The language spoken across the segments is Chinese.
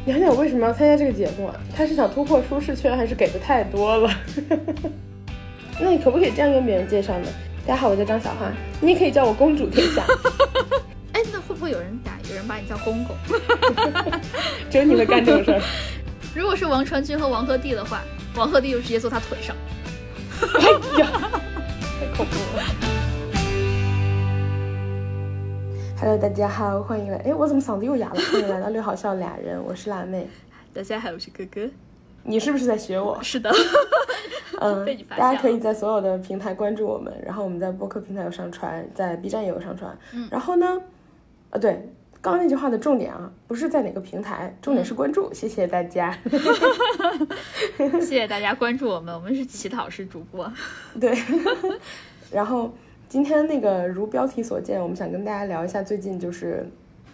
娘娘为什么要参加这个节目啊？她是想突破舒适圈，还是给的太多了？那你可不可以这样跟别人介绍呢？大家好，我叫张小花，你也可以叫我公主天下。 哎，那会不会有人把你叫公公？ 只有你会干这种事儿。 如果是王传君和王鹤棣的话，王鹤棣就直接坐他腿上。 哎呀，太恐怖了。Hello， 大家好，欢迎来。哎，我怎么嗓子又哑了？欢迎来到六好笑俩人，我是辣妹。 大家好，我是哥哥。 你是不是在学我？ 是的。被你发现了。 大家可以在所有的平台关注我们，然后我们在播客平台有上传，在 B 站也有上传。然后呢，对，刚刚那句话的重点啊，不是在哪个平台，重点是关注。谢谢大家。 谢谢大家关注我们，我们是乞讨式主播。 对。然后今天那个如标题所见，我们想跟大家聊一下最近就是，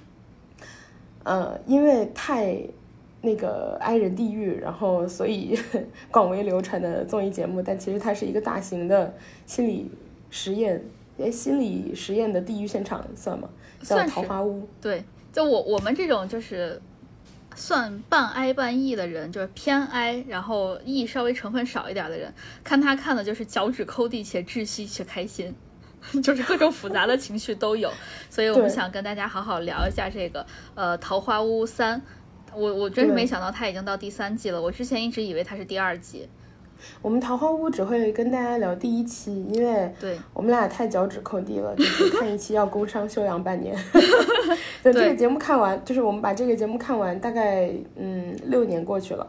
因为太那个哀人地狱，然后所以广为流传的综艺节目，但其实它是一个大型的心理实验的地狱现场，算吗？叫桃花坞。 对，就我们这种就是算半哀半翳的人，就是偏哀，然后翳稍微成分少一点的人，看他看的就是脚趾抠地且窒息且开心。就是各种复杂的情绪都有，所以我们想跟大家好好聊一下这个桃花坞3。我真是没想到它已经到第3季了，我之前一直以为它是第2季。 我们桃花坞只会跟大家聊第1期，因为我们俩太脚趾抠地了，就是看一期要工伤休养半年。等这个节目看完，就是我们把这个节目看完，大概6年过去了。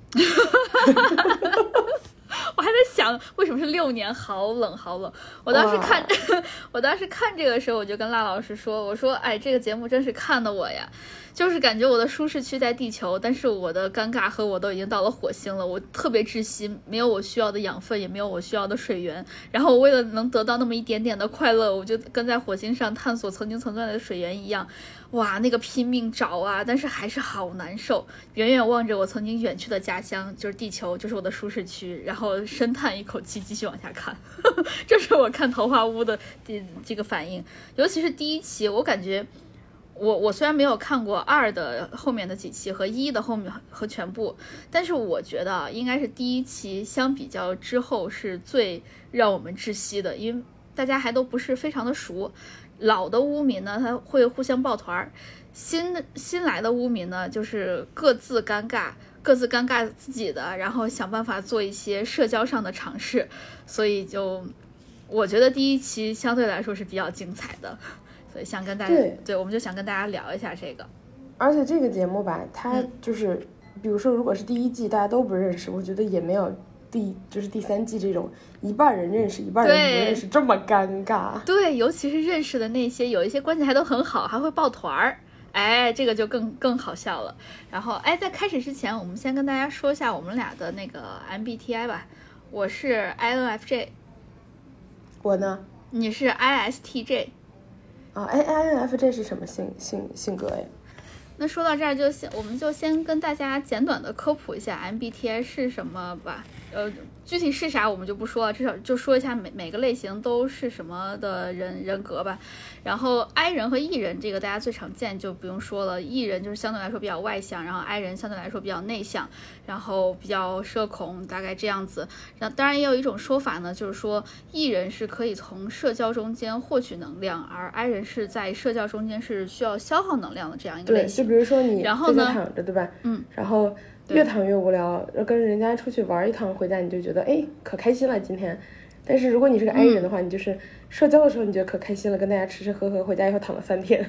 我还在想为什么是6年，好冷好冷。我当时看这个时候，我就跟辣老师说，我说哎，这个节目真是看的我呀，就是感觉我的舒适区在地球，但是我的尴尬和我都已经到了火星了，我特别窒息，没有我需要的养分，也没有我需要的水源，然后我为了能得到那么一点点的快乐，我就跟在火星上探索曾经存在的水源一样，哇，那个拼命找啊，但是还是好难受。远远望着我曾经远去的家乡，就是地球，就是我的舒适区，然后深叹一口气，继续往下看。这是我看桃花坞的这个反应，尤其是第1期，我感觉我虽然没有看过2的后面的几期和1的后面和全部，但是我觉得应该是第1期相比较之后是最让我们窒息的，因为大家还都不是非常的熟。老的污民呢，他会互相抱团，新来的污民呢，就是各自尴尬自己的，然后想办法做一些社交上的尝试，所以就我觉得第1期相对来说是比较精彩的，所以想跟大家对，我们就想跟大家聊一下这个。 而且这个节目吧，它就是，比如说如果是第1季大家都不认识，我觉得也没有第3季这种一半人认识一半人不认识这么尴尬。 对，尤其是认识的那些有一些关系还都很好，还会抱团儿，哎，这个就更好笑了。然后哎，在开始之前，我们先跟大家说一下我们俩的那个 MBTI 吧。我是 INFJ。 我呢？ 你是 ISTJ。 INFJ 是什么性格呀？ 那说到这儿我们就先跟大家简短的科普一下 MBTI 是什么吧。具体是啥我们就不说了，至少就说一下每个类型都是什么的人格吧。然后 I 人和 E 人这个大家最常见就不用说了，E 人就是相对来说比较外向，然后 I 人相对来说比较内向，然后比较社恐，大概这样子。当然也有一种说法呢，就是说 E 人是可以从社交中间获取能量，而 I 人是在社交中间是需要消耗能量的这样一个类型。 对，就比如说你然后呢躺着对吧？然后越躺越无聊，跟人家出去玩一趟回家你就觉得哎可开心了今天。但是如果你是个 I 人的话，你就是社交的时候你觉得可开心了，跟大家吃吃喝喝，回家以后躺了3天。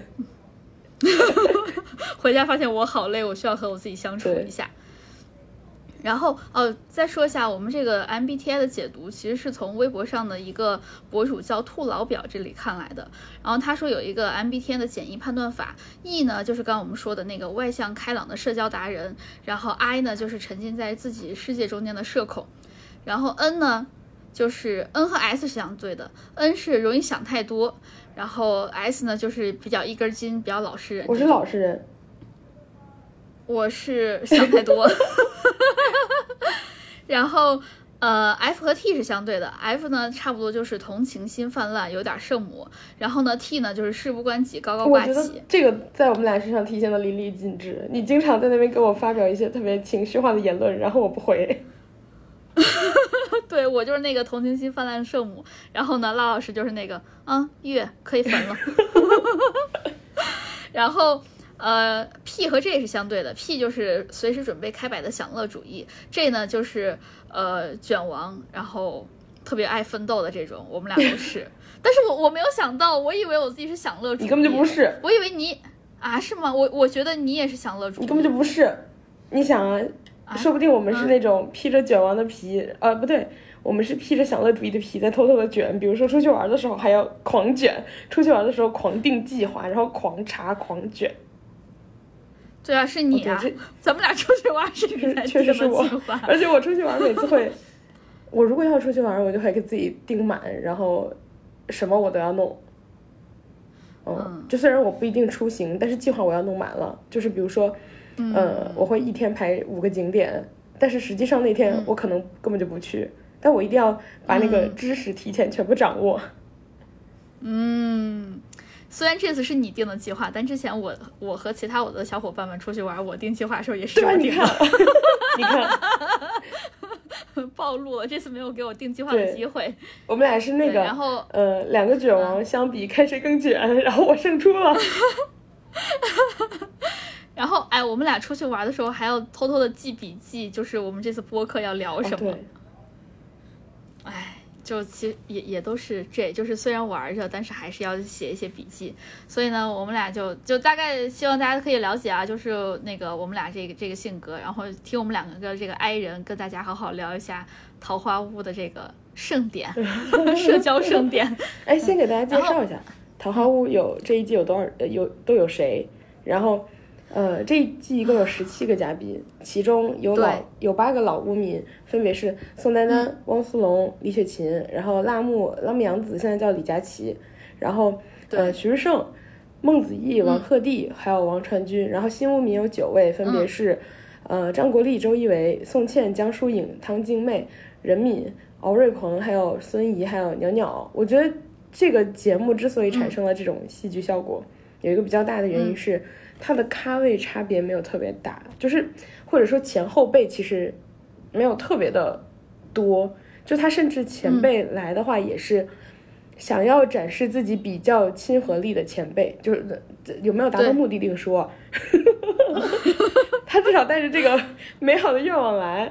回家发现我好累，我需要和我自己相处一下。然后再说一下我们这个 MBTI 的解读，其实是从微博上的一个博主叫兔老表这里看来的。然后他说有一个 MBTI 的简易判断法， E 呢就是刚刚我们说的那个外向开朗的社交达人，然后 I 呢就是沉浸在自己世界中间的社恐，然后 N 呢就是 N 和 S 是相对的， N 是容易想太多，然后 S 呢就是比较一根筋，比较老实人。 我是老实人。 我是想太多。然后 F 和 T 是相对的 ，F 呢差不多就是同情心泛滥，有点圣母，然后呢 T 呢就是事不关己，高高挂起。 我觉得这个在我们俩身上体现的淋漓尽致。你经常在那边给我发表一些特别情绪化的言论，然后我不回。 对，我就是那个同情心泛滥圣母，然后呢，拉老师就是那个月可以焚了。然后P 和 J 是相对的 ，P 就是随时准备开摆的享乐主义 ，J 呢就是卷王，然后特别爱奋斗的这种，我们俩都是。但是我没有想到，我以为我自己是享乐主义， 你根本就不是。 我以为你是吗？我觉得你也是享乐主义， 你根本就不是。你想说不定我们是那种披着卷王的皮，不对，我们是披着享乐主义的皮在偷偷的卷。比如说出去玩的时候还要狂卷，出去玩的时候狂定计划，然后狂查狂卷。 对啊，是你啊！咱们俩出去玩是你才确实是我，而且我出去玩每次会，我如果要出去玩，我就会给自己定满，然后什么我都要弄。就虽然我不一定出行，但是计划我要弄满了。就是比如说，我会一天排5个景点，但是实际上那天我可能根本就不去，但我一定要把那个知识提前全部掌握。 虽然这次是你定的计划，但之前我和其他我的小伙伴们出去玩，我定计划的时候也是我定的。 你看暴露了，这次没有给我定计划的机会。 我们俩是那个， 然后 2个卷王相比，看谁更卷，然后我胜出了。 然后我们俩出去玩的时候还要偷偷的记笔记，就是我们这次播客要聊什么。就其实也都是就是虽然玩着，但是还是要写一些笔记。所以呢，我们俩就大概希望大家可以了解就是那个我们俩这个性格，然后听我们2个这个 I 人跟大家好好聊一下桃花坞的这个盛典，社交盛典。 先给大家介绍一下桃花坞这一季有多少都有谁，然后这一季一共有17个嘉宾，其中有8个老污民，分别是宋丹丹、汪苏泷、李雪琴，然后拉木洋子现在叫李佳琦，然后徐志胜、孟子义、王鹤棣，还有王传君，然后新污民有9位，分别是张国立、周一围、宋茜、江疏影、汤静妹、任敏、敖瑞鹏，还有孙怡，还有袅袅。我觉得这个节目之所以产生了这种戏剧效果，有一个比较大的原因是它的咖位差别没有特别大，就是或者说前后辈其实没有特别的多，就他甚至前辈来的话也是想要展示自己比较亲和力的前辈，就是有没有达到目的另说。他至少带着这个美好的愿望来。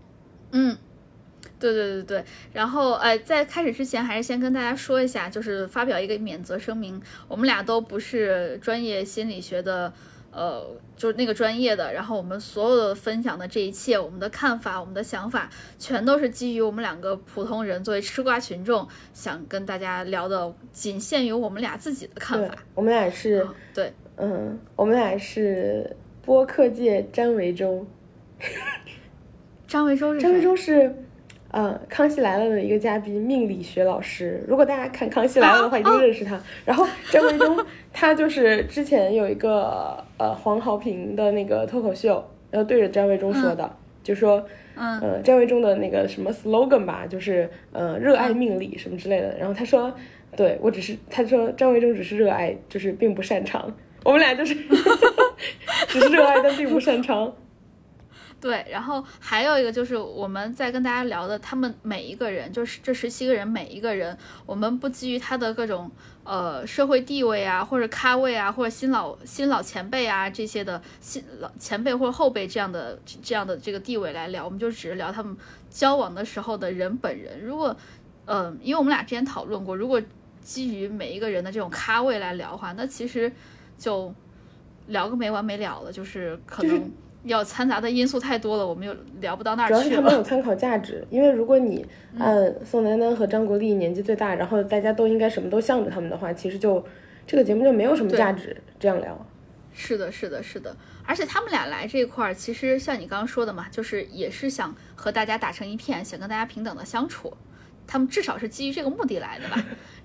对，然后在开始之前还是先跟大家说一下，就是发表一个免责声明，我们俩都不是专业心理学的就是那个专业的，然后我们所有的分享的这一切，我们的看法，我们的想法，全都是基于我们2个普通人作为吃瓜群众想跟大家聊的，仅限于我们俩自己的看法。 我们俩是我们俩是播客界詹维洲。 张维洲是谁？ 张维洲是康熙来了的一个嘉宾，命理学老师。如果大家看康熙来了的话，一定认识他。然后张维忠他就是之前有一个黄豪平的那个脱口秀，然后对着张维忠说的，就说张维忠的那个什么 slogan 吧，就是热爱命理什么之类的。然后他说，对我他说张维忠只是热爱，就是并不擅长。我们俩就是只是热爱，但并不擅长。 对，然后还有一个就是我们在跟大家聊的，他们每一个人，就是这17个人每一个人，我们不基于他的各种社会地位啊，或者咖位啊，或者新老前辈啊这些的新老前辈或者后辈这样的这个地位来聊，我们就只是聊他们交往的时候的人本人。如果因为我们俩之前讨论过，如果基于每一个人的这种咖位来聊的话，那其实就聊个没完没了了，就是可能要掺杂的因素太多了，我们又聊不到那儿去了。 主要是他没有参考价值，因为如果你按宋丹丹和张国立年纪最大，然后大家都应该什么都向着他们的话，其实就这个节目就没有什么价值。这样聊， 是的，而且他们俩来这一块儿，其实像你刚刚说的嘛，就是也是想和大家打成一片，想跟大家平等的相处。他们至少是基于这个目的来的吧。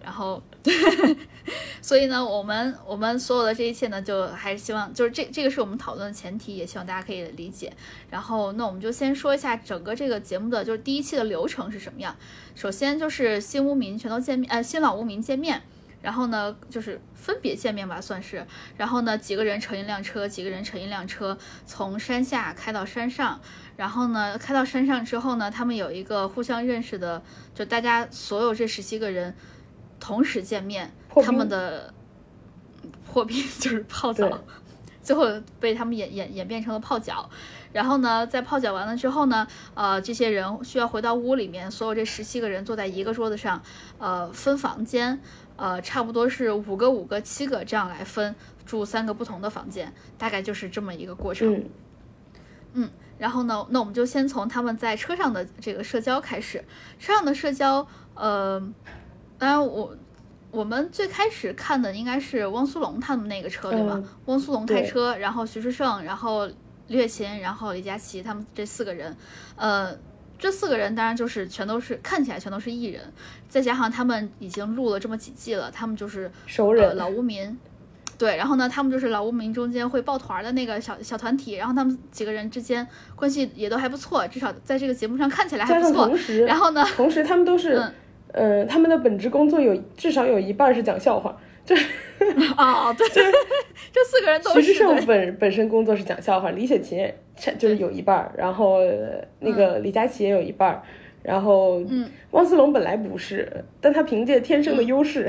然后所以呢，我们所有的这一切呢，就还是希望就是这个是我们讨论的前提，也希望大家可以理解。然后那我们就先说一下整个这个节目的就是第一期的流程是什么样。首先就是新污民全都见面，新老污民见面。然后呢，就是分别见面吧，算是。然后呢，几个人乘一辆车，几个人乘一辆车，从山下开到山上。然后呢，开到山上之后呢，他们有一个互相认识的，就大家所有这17个人同时见面，他们的破冰就是泡澡，最后被他们演变成了泡脚。然后呢，在泡脚完了之后呢，这些人需要回到屋里面，所有这17个人坐在一个桌子上，分房间。差不多是5个、5个、7个这样来分，住3个不同的房间，大概就是这么一个过程。然后呢，那我们就先从他们在车上的这个社交开始。车上的社交，当然我们最开始看的应该是汪苏泷他们那个车，对吧？汪苏泷开车，然后徐志胜，然后李雪琴，然后李佳琦，他们这4个人，这4个人当然就是全都是看起来全都是艺人，再加上他们已经录了这么几季了，他们就是熟人， 老污民。对，然后呢，他们就是老污民中间会抱团的那个小团体，然后他们几个人之间关系也都还不错，至少在这个节目上看起来还不错。然后呢， 同时他们都是，他们的本职工作至少有一半是讲笑话，就是对，这4个人都是。 徐志胜本身工作是讲笑话，李雪琴就是有一半，然后那个李佳琦也有一半，然后汪苏泷本来不是，但他凭借天生的优势。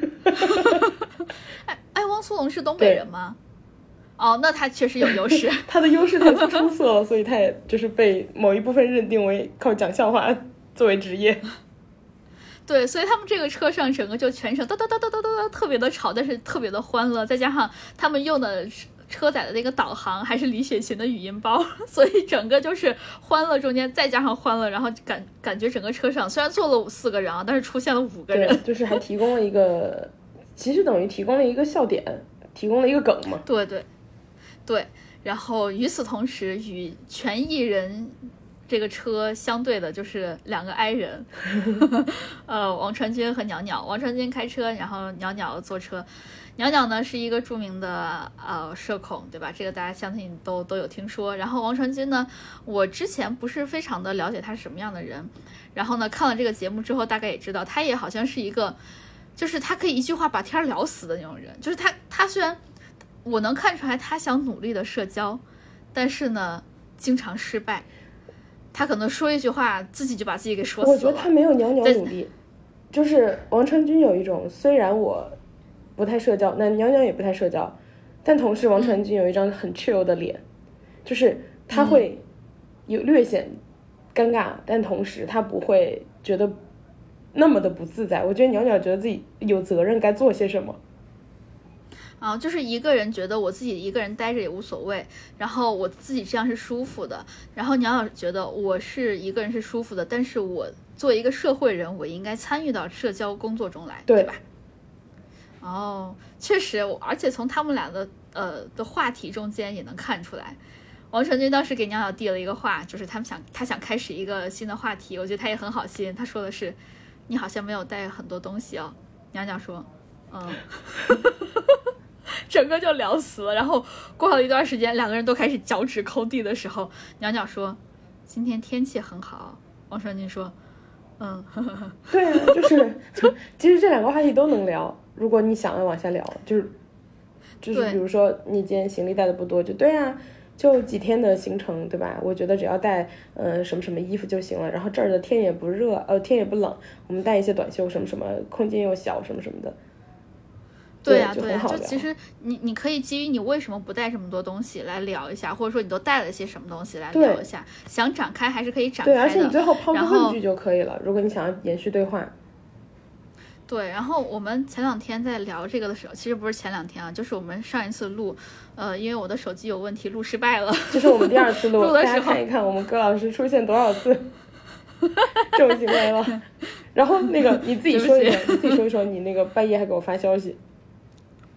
汪苏泷是东北人吗？哦，那他确实有优势。 他的优势太出色了，所以他也就是被某一部分认定为靠讲笑话作为职业。 对，所以他们这个车上整个就全程哒哒哒哒哒哒，特别的吵，但是特别的欢乐，再加上他们用的车载的那个导航还是李雪琴的语音包，所以整个就是欢乐中间再加上欢乐，然后感觉整个车上虽然坐了4个人啊，但是出现了5个人， 对，就是还提供了一个，其实等于提供了一个笑点，提供了一个梗嘛。 对，然后与此同时，与全艺人这个车相对的就是2个 I 人，王传君和袅袅。王传君开车，然后袅袅坐车。袅袅呢是一个著名的社恐，对吧？这个大家相信都有听说。然后王传君呢，我之前不是非常的了解他是什么样的人，然后呢看了这个节目之后，大概也知道他也好像是一个，就是他可以一句话把天聊死的那种人。就是他虽然我能看出来他想努力的社交，但是呢经常失败。他可能说一句话自己就把自己给说死了。 我觉得他没有袅袅努力，就是王传君有一种虽然我不太社交，那袅袅也不太社交，但同时王传君有一张很 chill 的脸，就是他会有略显尴尬，但同时他不会觉得那么的不自在。我觉得袅袅觉得自己有责任该做些什么。 就是一个人觉得我自己一个人待着也无所谓，然后我自己这样是舒服的，然后袅袅觉得我是一个人是舒服的，但是我作为一个社会人，我应该参与到社交工作中来，对吧？确实，而且从他们俩的话题中间也能看出来，王传君当时给袅袅递了一个话，就是他想开始一个新的话题，我觉得他也很好心，他说的是你好像没有带很多东西哦，袅袅说整个就聊死了。然后过了一段时间，2个人都开始脚趾抠地的时候，袅袅说今天天气很好，王传君说对啊，就是其实这2个话题都能聊，如果你想要往下聊，就是比如说你今天行李带的不多，就对啊，就几天的行程，对吧？我觉得只要带什么什么衣服就行了，然后这儿的天也不热，天也不冷，我们带一些短袖什么什么，空间又小什么什么的。 对啊，就其实你可以基于你为什么不带这么多东西来聊一下，或者说你都带了些什么东西来聊一下，想展开还是可以展开的。 对，而且你最后抛个问句就可以了，如果你想要延续对话。 对，然后我们前2天在聊这个的时候，其实不是前2天啊，就是我们上一次录，因为我的手机有问题，录失败了。 这是我们第2次录， 录的时候大家看一看我们葛老师出现多少次这种行为了。然后那个你自己说一说，你那个半夜还给我发消息。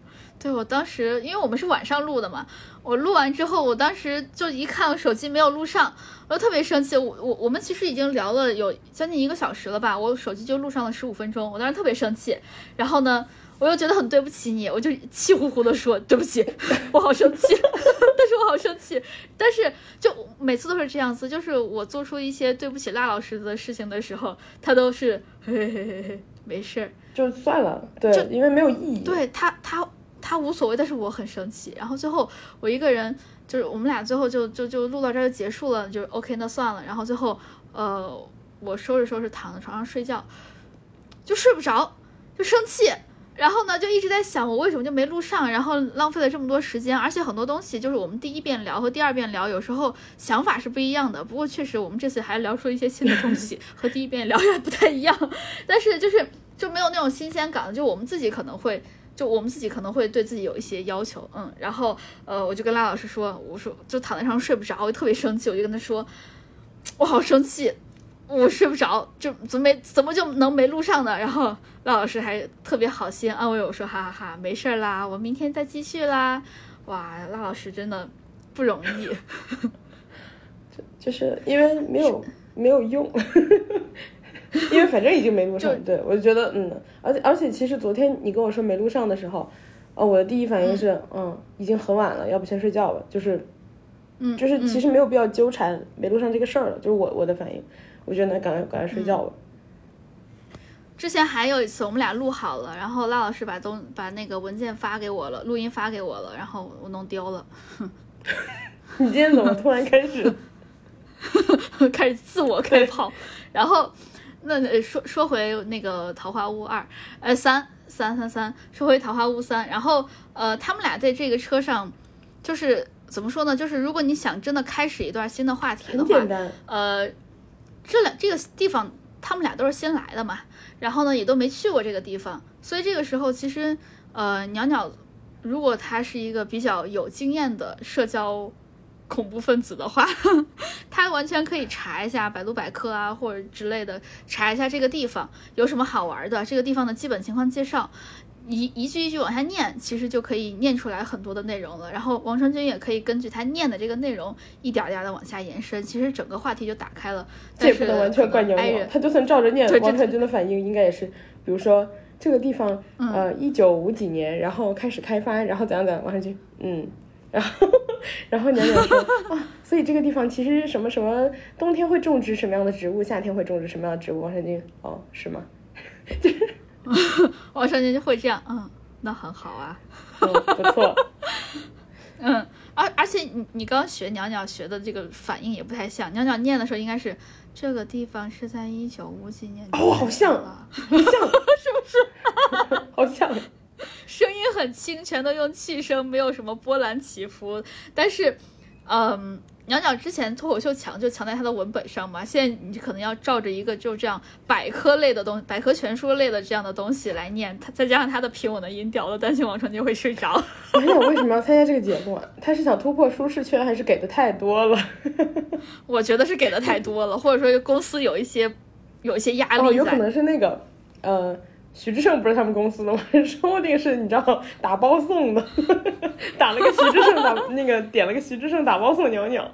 对，我当时因为我们是晚上录的嘛，我录完之后，我当时就一看我手机没有录上，我就特别生气。我们其实已经聊了有将近1个小时了吧，我手机就录上了15分钟，我当时特别生气。然后呢，我又觉得很对不起你，我就气呼呼的说对不起，我好生气，但是我好生气。但是就每次都是这样子，就是我做出一些对不起辣老师的事情的时候，他都是嘿嘿嘿嘿，没事儿， 就算了，对，因为没有意义。 对他无所谓，但是我很生气。然后最后我一个人，就是我们俩最后就录到这儿就结束了，就 OK 那算了。然后最后我收拾收拾躺在床上睡觉，就睡不着，就生气。然后呢就一直在想我为什么就没录上，然后浪费了这么多时间。而且很多东西就是我们第一遍聊和第二遍聊有时候想法是不一样的，不过确实我们这次还聊出一些新的东西和第一遍聊也不太一样，但是就没有那种新鲜感，就我们自己可能会对自己有一些要求，然后我就跟拉老师说，我说就躺在床上睡不着，我就特别生气，我就跟他说我好生气，我睡不着，就怎么就能没录上呢？然后拉老师还特别好心安慰我说，哈哈哈，没事啦，我明天再继续啦。哇，拉老师真的不容易， 就是因为没有用。因为反正已经没录上，对，我就觉得而且其实昨天你跟我说没录上的时候，我的第一反应是已经很晚了，要不先睡觉吧，就是其实没有必要纠缠没录上这个事儿了，就是我的反应，我觉得赶快睡觉吧。 之前还有一次我们俩录好了，然后拉老师把那个文件发给我了，录音发给我了，然后我弄丢了。 你今天怎么突然开始开始自我开炮？然后那说回那个桃花坞3，说回桃花坞3，然后他们俩在这个车上，就是怎么说呢？就是如果你想真的开始一段新的话题的话， 很简单。 这个地方他们俩都是新来的嘛，然后呢也都没去过这个地方，所以这个时候其实袅袅如果他是一个比较有经验的社交恐怖分子的话，他完全可以查一下百度百科啊或者之类的，查一下这个地方有什么好玩的，这个地方的基本情况介绍，一句一句往下念，其实就可以念出来很多的内容了。然后王传君也可以根据他念的这个内容一点点的往下延伸，其实整个话题就打开了。 这也不能完全怪袅袅，他就算照着念，王传君的反应应该也是，比如说这个地方1950几年，然后开始开发，然后怎样怎样，王传君然后袅袅说所以这个地方其实什么什么冬天会种植什么样的植物，夏天会种植什么样的植物，王传君是吗？就是王传君就会这样，那很好啊， 不错。 而且你刚学袅袅学的这个反应也不太像，袅袅念的时候应该是这个地方是在1950几年， 好像是不是？好像。 声音很轻，全都用气声，没有什么波澜起伏。但是，袅袅之前脱口秀强就强在他的文本上嘛，现在你可能要照着一个就这样百科类的东西，百科全书类的这样的东西来念，他再加上他的平稳的音调，我担心王传君会睡着。 袅袅为什么要参加这个节目啊？他是想突破舒适圈，还是给的太多了？ 我觉得是给的太多了，或者说公司有一些压力在。 有可能是那个徐志胜不是他们公司的吗？说不定是你知道打包送的，打了个徐志胜点了个徐志胜打包送袅袅。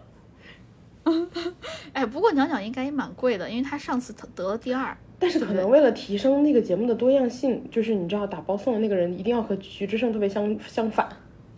不过袅袅应该也蛮贵的，因为他上次得了第2。 但是可能为了提升那个节目的多样性，就是你知道打包送的那个人一定要和徐志胜特别相反。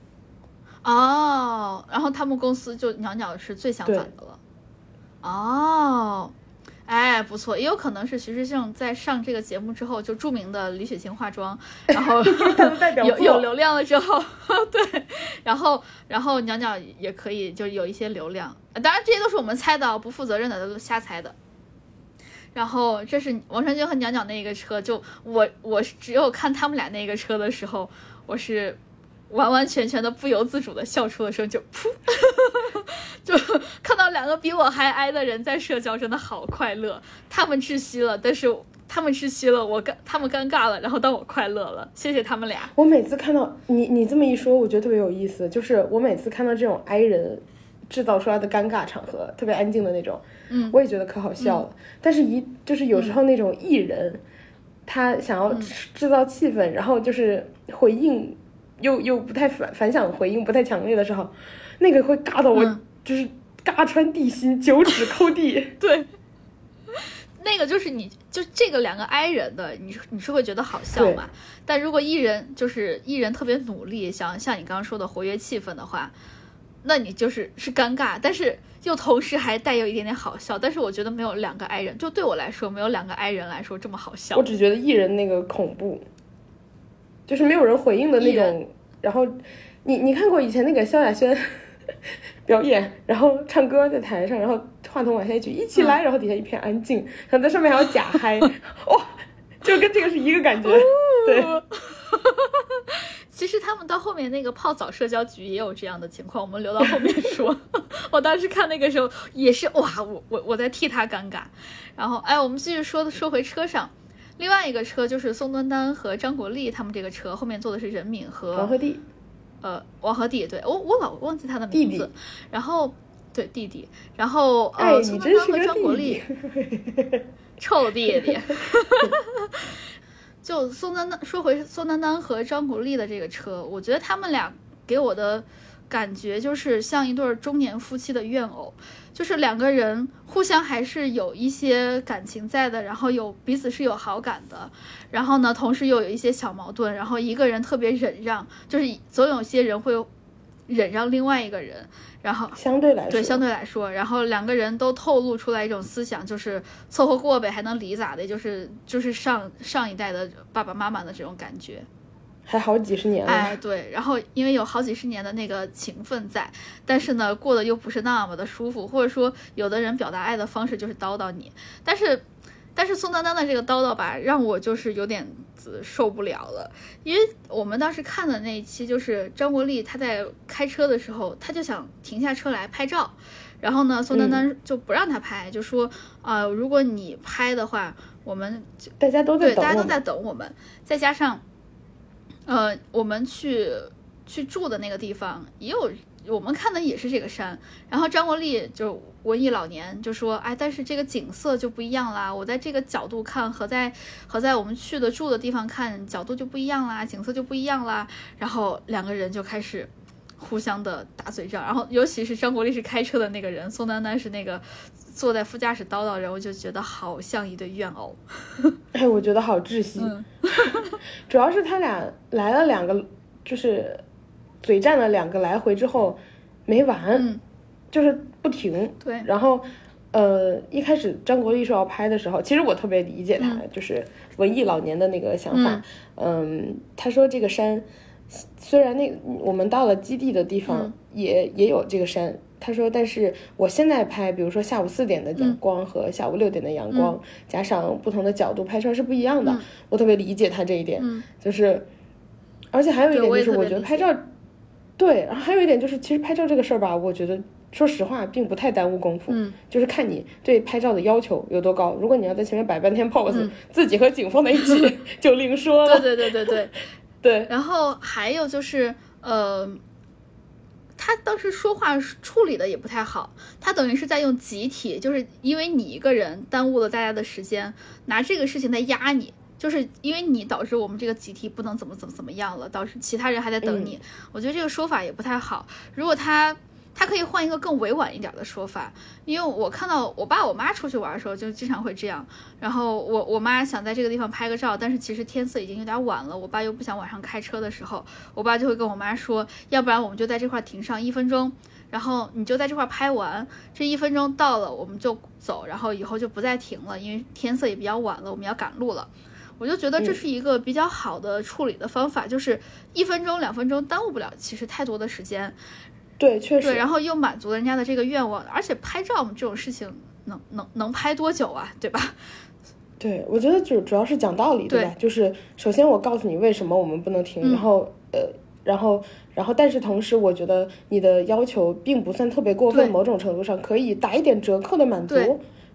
然后他们公司就袅袅是最相反的了。不错，也有可能是徐志胜在上这个节目之后就著名的李雪琴化妆，然后有流量了之后，对，然后袅袅也可以就有一些流量，当然这些都是我们猜的，不负责任的，都瞎猜的。然后这是王传君和袅袅那个车，就我只有看他们俩那个车的时候，我是完完全全的不由自主的笑出了声，就噗，就看到2个比我还矮的人在社交，真的好快乐。他们窒息了，但是他们窒息了，他们尴尬了，然后但我快乐了，谢谢他们俩。 我每次看到你这么一说，我觉得特别有意思，就是我每次看到这种挨人制造出来的尴尬场合，特别安静的那种，我也觉得可好笑了。但是就是有时候那种艺人，他想要制造气氛，然后就是回应又不太反响回应不太强烈的时候，那个会尬到我就是尬穿地心，九齿抠地。 对，那个就是就这个两个 I 人的，你是会觉得好笑嘛？但如果艺人特别努力，像你刚刚说的活跃气氛的话，那你是尴尬，但是又同时还带有一点点好笑。但是我觉得没有两个 I 人，就对我来说没有两个 I 人来说这么好笑。 我只觉得艺人那个恐怖，就是没有人回应的那种。然后你看过以前那个萧亚轩表演，然后唱歌在台上，然后话筒往下一举一起来，然后底下一片安静，然后在上面还有假嗨，哇，就跟这个是一个感觉。对。 其实他们到后面那个泡澡社交局也有这样的情况，我们留到后面说。我当时看那个时候也是哇，我在替他尴尬。然后我们继续说回车上，另外一个车就是宋丹丹和张国立他们这个车，后面坐的是任敏和王鹤棣。 王鹤棣，对，我老忘记他的名字。然后对弟弟，然后宋丹丹和张国立，臭弟弟。就说回宋丹丹和张国立的这个车，我觉得他们俩给我的感觉就是像一对中年夫妻的怨偶，就是两个人互相还是有一些感情在的，然后彼此是有好感的，然后呢同时又有一些小矛盾，然后一个人特别忍让，就是总有些人会忍让另外一个人，然后相对来说，然后两个人都透露出来一种思想，就是凑合过呗，还能离咋的，就是上一代的爸爸妈妈的这种感觉， 还好几十年了。 对，然后因为有好几十年的那个情分在，但是呢过得又不是那么的舒服，或者说有的人表达爱的方式就是叨叨你，但是宋丹丹的这个叨叨吧，让我就是有点受不了了。因为我们当时看的那一期，就是张国立他在开车的时候，他就想停下车来拍照，然后呢宋丹丹就不让他拍，就说如果你拍的话，我们大家都在等我们，再加上我们去住的那个地方也有，我们看的也是这个山，然后张国立就文艺老年就说，但是这个景色就不一样啦，我在这个角度看和在我们去的住的地方看角度就不一样啦，景色就不一样啦，然后两个人就开始互相的打嘴仗，然后尤其是张国立是开车的那个人，宋丹丹是那个坐在副驾驶叨叨人，我就觉得好像一对怨偶。 我觉得好窒息。主要是他俩来了两个，就是嘴战了两个来回之后没完，就是不停。 对， 然后一开始张国立说要拍的时候，其实我特别理解他，就是文艺老年的那个想法。他说这个山虽然我们到了基地的地方也有这个山，他说但是我现在拍比如说下午4点的阳光和下午6点的阳光，加上不同的角度拍出来是不一样的。我特别理解他这一点。就是而且还有一点就是我觉得拍照，对，然后还有一点就是其实拍照这个事儿吧，我觉得说实话并不太耽误功夫。就是看你对拍照的要求有多高，如果你要在前面摆半天 pose，自己和景放在一起就另说了。对。 然后还有就是他当时说话处理的也不太好，他等于是在用集体，就是因为你一个人耽误了大家的时间，拿这个事情在压你，就是因为你导致我们这个集体不能怎么样了，导致其他人还在等你。我觉得这个说法也不太好，如果他可以换一个更委婉一点的说法，因为我看到我爸我妈出去玩的时候就经常会这样，然后我妈想在这个地方拍个照，但是其实天色已经有点晚了，我爸又不想晚上开车的时候，我爸就会跟我妈说，要不然我们就在这块停上1分钟，然后你就在这块拍完，这1分钟到了我们就走，然后以后就不再停了，因为天色也比较晚了，我们要赶路了。我就觉得这是一个比较好的处理的方法，就是1分钟2分钟耽误不了其实太多的时间。 对，确实。 对，然后又满足人家的这个愿望，而且拍照这种事情能拍多久啊，对吧？ 对，我觉得主要是讲道理，对吧？就是首先我告诉你为什么我们不能停，然后但是同时我觉得你的要求并不算特别过分，某种程度上可以打一点折扣的满足。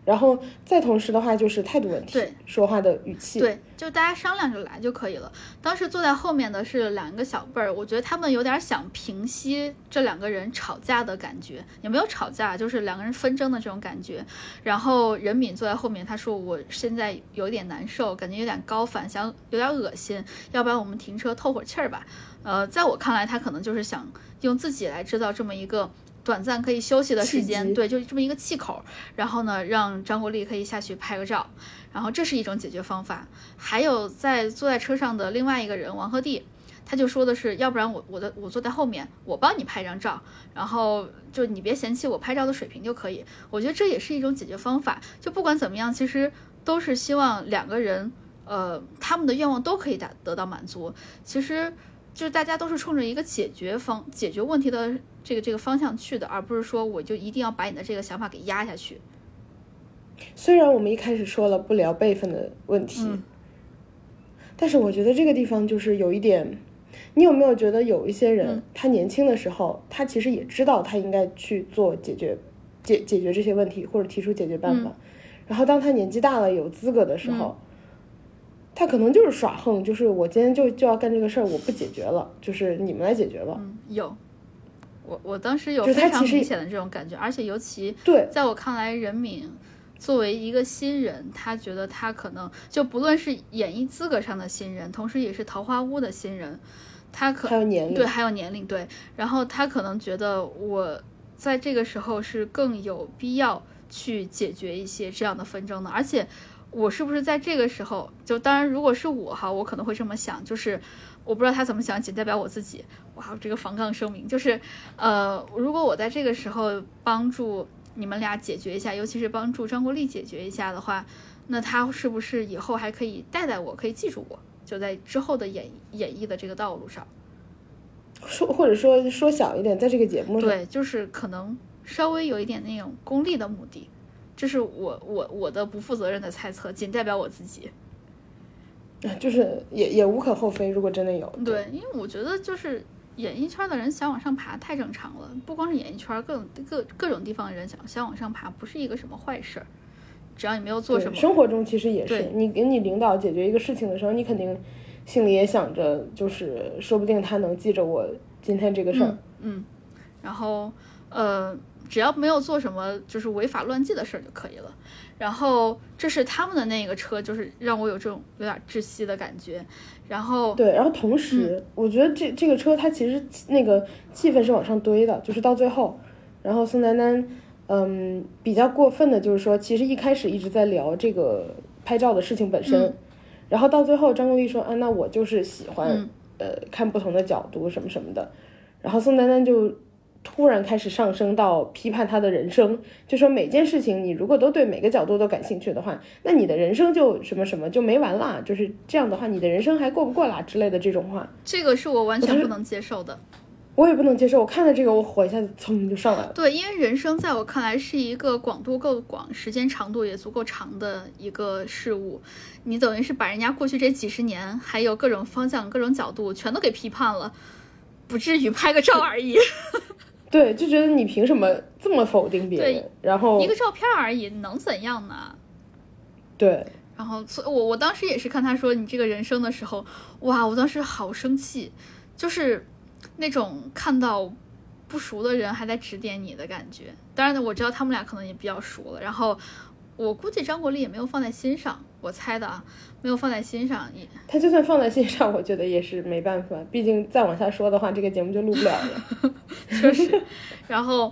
然后再同时的话就是态度问题， 对， 说话的语气， 对，就大家商量着来就可以了。当时坐在后面的是2个小辈儿，我觉得他们有点想平息这2个人吵架的感觉，也没有吵架，就是2个人纷争的这种感觉。然后任敏坐在后面，他说我现在有点难受，感觉有点高反，想有点恶心，要不然我们停车透会儿气儿吧。在我看来，他可能就是想用自己来制造这么一个短暂可以休息的时间，对，就这么一个气口，然后呢，让张国立可以下去拍个照，然后这是一种解决方法。还有坐在车上的另外一个人王鹤棣，他就说的是，要不然我坐在后面，我帮你拍张照，然后就你别嫌弃我拍照的水平就可以。我觉得这也是一种解决方法。就不管怎么样，其实都是希望2个人，他们的愿望都可以得到满足。其实就是大家都是冲着一个解决问题的这个方向去的，而不是说我就一定要把你的这个想法给压下去。 虽然我们一开始说了不聊辈分的问题，但是我觉得这个地方就是有一点，你有没有觉得有一些人，他年轻的时候，他其实也知道他应该去做解决这些问题，或者提出解决办法，然后当他年纪大了有资格的时候，他可能就是耍横，就是我今天就要干这个事儿，我不解决了，就是你们来解决吧。 有，我当时有非常明显的这种感觉，而且尤其对， 在我看来，任敏作为一个新人，他觉得他可能就不论是演艺资格上的新人，同时也是桃花坞的新人，他还有年龄，对，还有年龄，对，然后他可能觉得我在这个时候是更有必要去解决一些这样的纷争的，而且我是不是在这个时候，就当然如果是我哈，我可能会这么想，就是我不知道他怎么想，仅代表我自己。哇，这个防杠声明就是，如果我在这个时候帮助你们俩解决一下，尤其是帮助张国立解决一下的话，那他是不是以后还可以带我，可以记住我，就在之后的演绎的这个道路上。 或者说小一点，在这个节目上， 对，就是可能稍微有一点那种功利的目的。这是我的不负责任的猜测，仅代表我自己。 就是也无可厚非，如果真的有。 对，因为我觉得就是演艺圈的人想往上爬太正常了，不光是演艺圈，各种地方的人想往上爬，不是一个什么坏事。只要你没有做什么， 生活中其实也是，你给你领导解决一个事情的时候，你肯定心里也想着，就是说不定他能记着我今天这个事儿。 然后只要没有做什么就是违法乱纪的事儿就可以了。然后这是他们的那个车，就是让我有这种有点窒息的感觉。然后对，然后同时，我觉得这个车它其实那个气氛是往上堆的，就是到最后，然后宋丹丹比较过分的就是说，其实一开始一直在聊这个拍照的事情本身，然后到最后张国立说啊，那我就是喜欢看不同的角度什么什么的，然后宋丹丹就突然开始上升到批判他的人生，就说每件事情你如果都对每个角度都感兴趣的话，那你的人生就什么什么就没完啦，就是这样的话你的人生还过不过啦之类的这种话。 这个是我完全不能接受的。 我也不能接受，我看了这个我火一下子噌就上来了。 对，因为人生在我看来是一个广度够广，时间长度也足够长的一个事物，你等于是把人家过去这几十年还有各种方向各种角度全都给批判了，不至于拍个照而已。 对，就觉得你凭什么这么否定别人？然后一个照片而已，能怎样呢？ 对。 然后我当时也是看他说你这个人生的时候，哇，我当时好生气，就是那种看到不熟的人还在指点你的感觉。当然呢，我知道他们俩可能也比较熟了，然后我估计张国立也没有放在心上，我猜的啊，没有放在心上。 他就算放在心上，我觉得也是没办法，毕竟再往下说的话，这个节目就录不了了。 确实，然后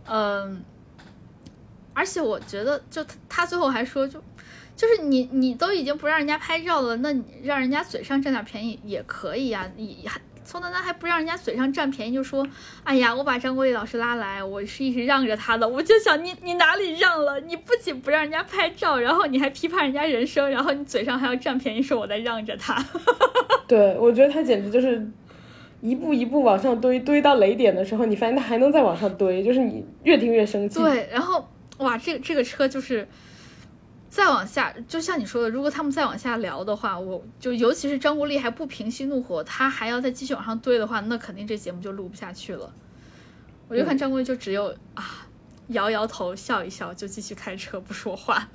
而且我觉得就他最后还说就是你都已经不让人家拍照了，那你让人家嘴上占点便宜也可以呀。你宋丹丹还不让人家嘴上占便宜，就说哎呀，我把张国立老师拉来，我是一直让着他的。我就想你哪里让了？你不仅不让人家拍照，然后你还批判人家人生，然后你嘴上还要占便宜，说我在让着他。对， 我觉得他简直就是一步一步往上堆，堆到雷点的时候，你发现他还能再往上堆，就是你越听越生气。 对，然后哇，这个车就是再往下，就像你说的，如果他们再往下聊的话，我就尤其是张国立还不平息怒火，他还要再继续往上堆的话，那肯定这节目就录不下去了。我就看张国立就只有摇摇头笑一笑就继续开车不说话。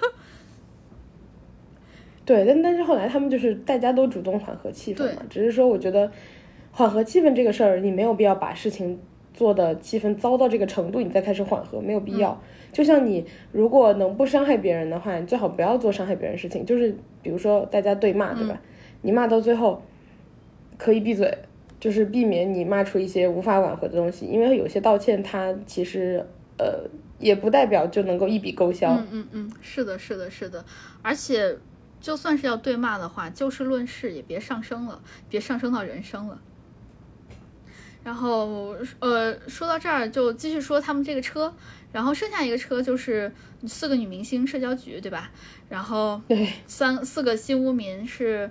对，但是后来他们就是大家都主动缓和气氛嘛，只是说我觉得缓和气氛这个事儿，你没有必要把事情做的气氛糟到这个程度，你再开始缓和，没有必要。就像你如果能不伤害别人的话，你最好不要做伤害别人的事情。就是比如说大家对骂，对吧？你骂到最后可以闭嘴，就是避免你骂出一些无法挽回的东西，因为有些道歉它其实也不代表就能够一笔勾销。 是的，而且就算是要对骂的话，就事论事，也别上升了，别上升到人生了。然后说到这儿就继续说他们这个车，然后剩下一个车就是4个女明星社交局，对吧？然后4个新污民是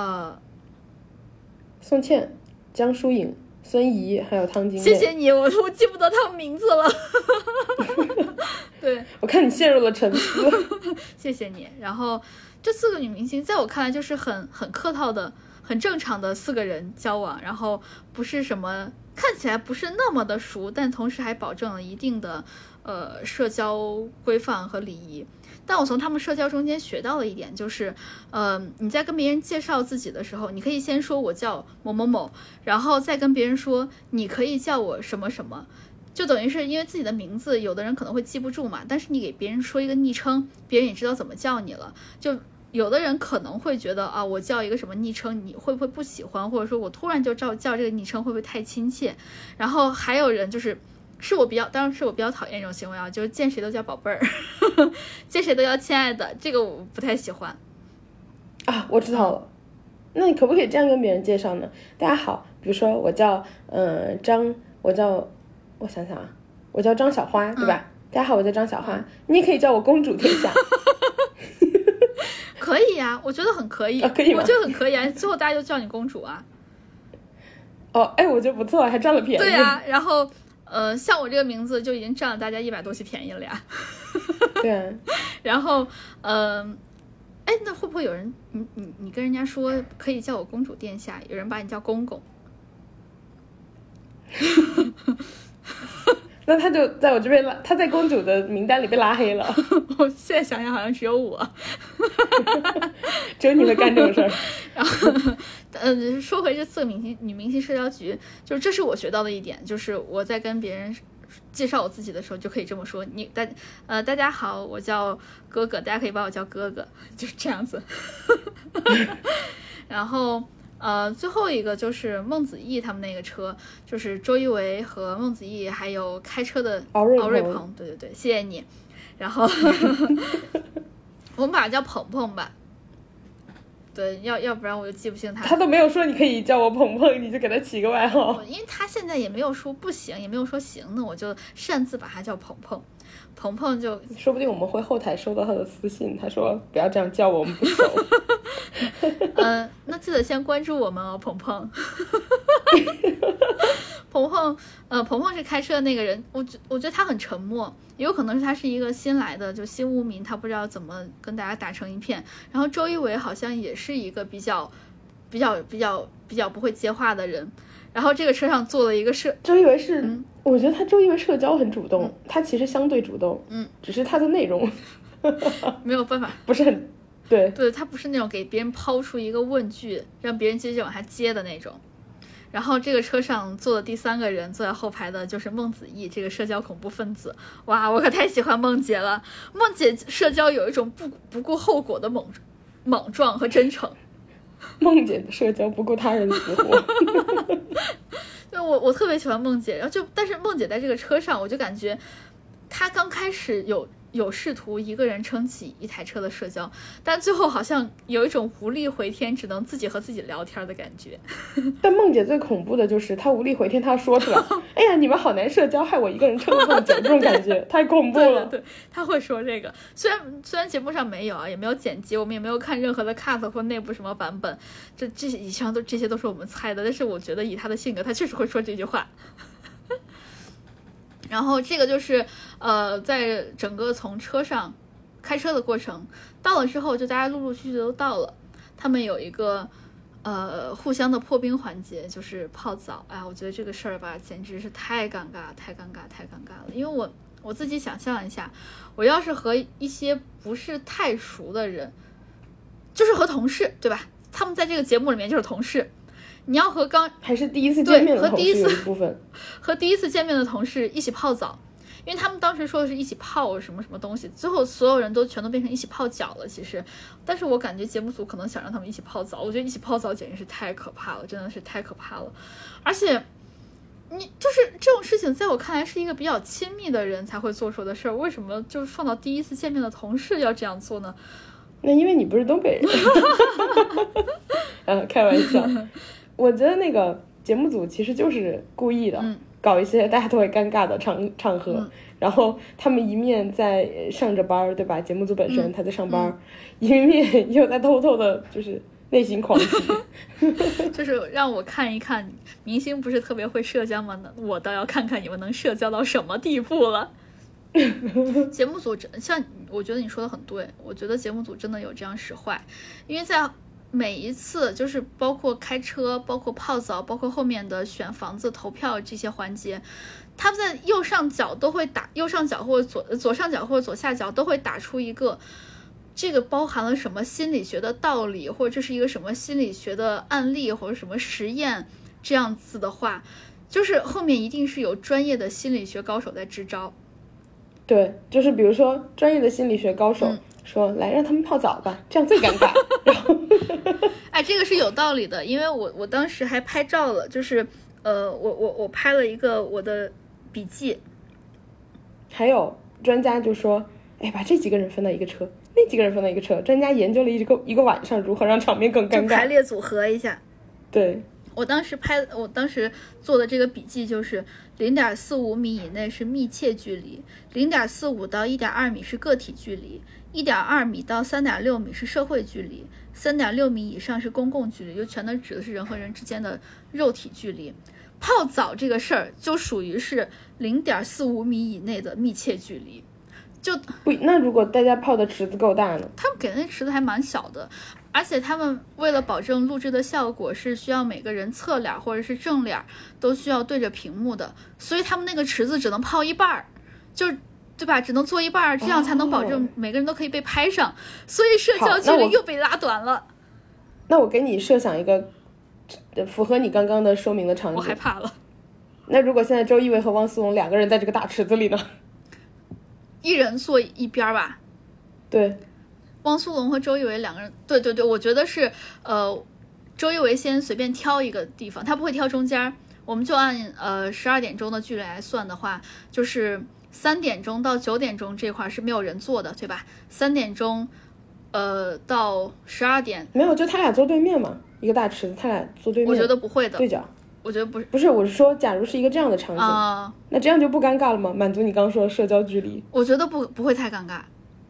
宋茜、江疏影、孙怡还有汤金妹。 谢谢你，我记不得他们名字了。对， 我看你陷入了沉思。 谢谢你。然后这4个女明星在我看来就是很客套的很正常的4个人交往，然后不是什么看起来不是那么的熟，但同时还保证了一定的社交规范和礼仪。但我从他们社交中间学到了一点，就是你在跟别人介绍自己的时候，你可以先说我叫某某某，然后再跟别人说你可以叫我什么什么，就等于是因为自己的名字有的人可能会记不住嘛，但是你给别人说一个昵称，别人也知道怎么叫你了。就有的人可能会觉得啊，我叫一个什么昵称你会不会不喜欢，或者说我突然就叫这个昵称会不会太亲切。然后还有人当然是我比较讨厌这种行为啊，就是见谁都叫宝贝儿，见谁都叫亲爱的，这个我不太喜欢啊。我知道了，那你可不可以这样跟别人介绍呢？大家好，比如说我叫我想想啊，我叫张小花，对吧？大家好，我叫张小花，你也可以叫我公主天下。 可以呀，我觉得很可以， 可以吗？ 我觉得很可以啊，最后大家就叫你公主啊。 我觉得不错，还占了便宜。 对呀，然后像我这个名字就已经占了大家100多期便宜了呀。 对。 然后那会不会有人你跟人家说可以叫我公主殿下，有人把你叫公公？ 那他就在我这边他在公主的名单里被拉黑了。 我现在想想好像只有我。 只有你会干这种事儿。 然后说回这4个女明星社交局，就是这是我学到的一点，就是我在跟别人介绍我自己的时候就可以这么说，大家好，我叫哥哥，大家可以把我叫哥哥，就是这样子。然后最后一个就是孟子义他们那个车，就是周一围和孟子义还有开车的敖瑞鹏，对，谢谢你。然后我们把它叫鹏鹏吧，对，要不然我就记不清他都没有说你可以叫我鹏鹏，你就给他起个外号。 因为他现在也没有说不行，也没有说行的，我就擅自把他叫鹏鹏。鹏鹏就说不定我们会后台收到他的私信，他说不要这样叫我们不熟。 那记得先关注我们哦，鹏鹏。鹏鹏是开车的那个人，我觉得他很沉默，也有可能是他是一个新来的就新污民，他不知道怎么跟大家打成一片。然后周一围好像也是一个比较不会接话的人。然后这个车上坐了一个周一围是，我觉得他周一围社交很主动，他其实相对主动，只是他的内容没有办法， 不是很对， 他不是那种给别人抛出一个问句让别人接着往下接的那种。然后这个车上坐的第3个人，坐在后排的就是孟子义这个社交恐怖分子。哇，我可太喜欢孟姐了，孟姐社交有一种不顾后果的莽撞和真诚。 孟姐的社交不顾他人死活。 对，我特别喜欢孟姐，然后但是孟姐在这个车上，我就感觉她刚开始有试图一个人撑起一台车的社交，但最后好像有一种无力回天，只能自己和自己聊天的感觉。 但孟姐最恐怖的就是她无力回天，她说出来哎呀你们好难社交，害我一个人撑了这么久。这种感觉太恐怖了。 对，她会说这个，虽然节目上没有啊，也没有剪辑，我们也没有看任何的 cut 或内部什么版本，以上这些都是我们猜的，但是我觉得以她的性格，她确实会说这句话。然后这个就是在整个从车上开车的过程到了之后，就大家陆陆续续都到了，他们有一个互相的破冰环节，就是泡澡。哎，我觉得这个事儿吧，简直是太尴尬了。因为我自己想象一下，我要是和一些不是太熟的人，就是和同事，对吧？他们在这个节目里面就是同事。你要和还是第一次见面的和第一次部分和第一次见面的同事一起泡澡，因为他们当时说的是一起泡什么什么东西，最后所有人都全都变成一起泡脚了。其实，但是我感觉节目组可能想让他们一起泡澡，我觉得一起泡澡简直是太可怕了，真的是太可怕了。而且，你就是这种事情，在我看来是一个比较亲密的人才会做出的事儿，为什么就是放到第一次见面的同事要这样做呢？ 那因为你不是东北人，开玩笑。我觉得那个节目组其实就是故意的，搞一些大家都会尴尬的场合，然后他们一面在上着班，对吧？节目组本身他在上班，一面又在偷偷的，就是内心狂喜， 就是让我看一看，明星不是特别会社交吗？我倒要看看你们能社交到什么地步了。节目组像我觉得你说的很对，我觉得节目组真的有这样使坏，因为在每一次就是包括开车，包括泡澡，包括后面的选房子、投票这些环节，他们在右上角都会打，右上角或者左上角或者左下角都会打出一个这个包含了什么心理学的道理，或者这是一个什么心理学的案例或者什么实验，这样子的话，就是后面一定是有专业的心理学高手在支招。 对，就是比如说专业的心理学高手说，来让他们泡澡吧，这样最尴尬。然后哎，这个是有道理的，因为我当时还拍照了，就是我拍了一个我的笔记。 还有专家就说，哎，把这几个人分到一个车，那几个人分到一个车，专家研究了一个晚上，如何让场面更尴尬， 就排列组合一下。 对， 我当时做的这个笔记就是0.45米以内是密切距离，0.45到1.2米是个体距离，1.2米到3.6米是社会距离，3.6米以上是公共距离，就全都指的是人和人之间的肉体距离。泡澡这个事儿就属于是0.45米以内的密切距离。就不，那如果大家泡的池子够大呢？ 他们给的那池子还蛮小的，而且他们为了保证录制的效果是需要每个人侧脸或者是正脸都需要对着屏幕的，所以他们那个池子只能泡一半，就对吧？只能做一半，这样才能保证每个人都可以被拍上，所以社交距离又被拉短了。 那我给你设想一个符合你刚刚的说明的场景。 我害怕了。 那如果现在周一围和汪苏泷两个人在这个大池子里呢？ 一人坐一边吧。 对， 汪苏泷和周一围两个人，对，我觉得是周一围先随便挑一个地方，他不会挑中间，我们就按12点钟的距离来算的话，就是3点钟到9点钟这块是没有人坐的，对吧？3点钟到12点没有，就他俩坐对面嘛，一个大池子，他俩坐对面。 我觉得不会的， 对角。 我觉得不是， 不是，我是说，假如是一个这样的场景，那这样就不尴尬了吗？满足你刚刚说的社交距离。 我觉得不会太尴尬。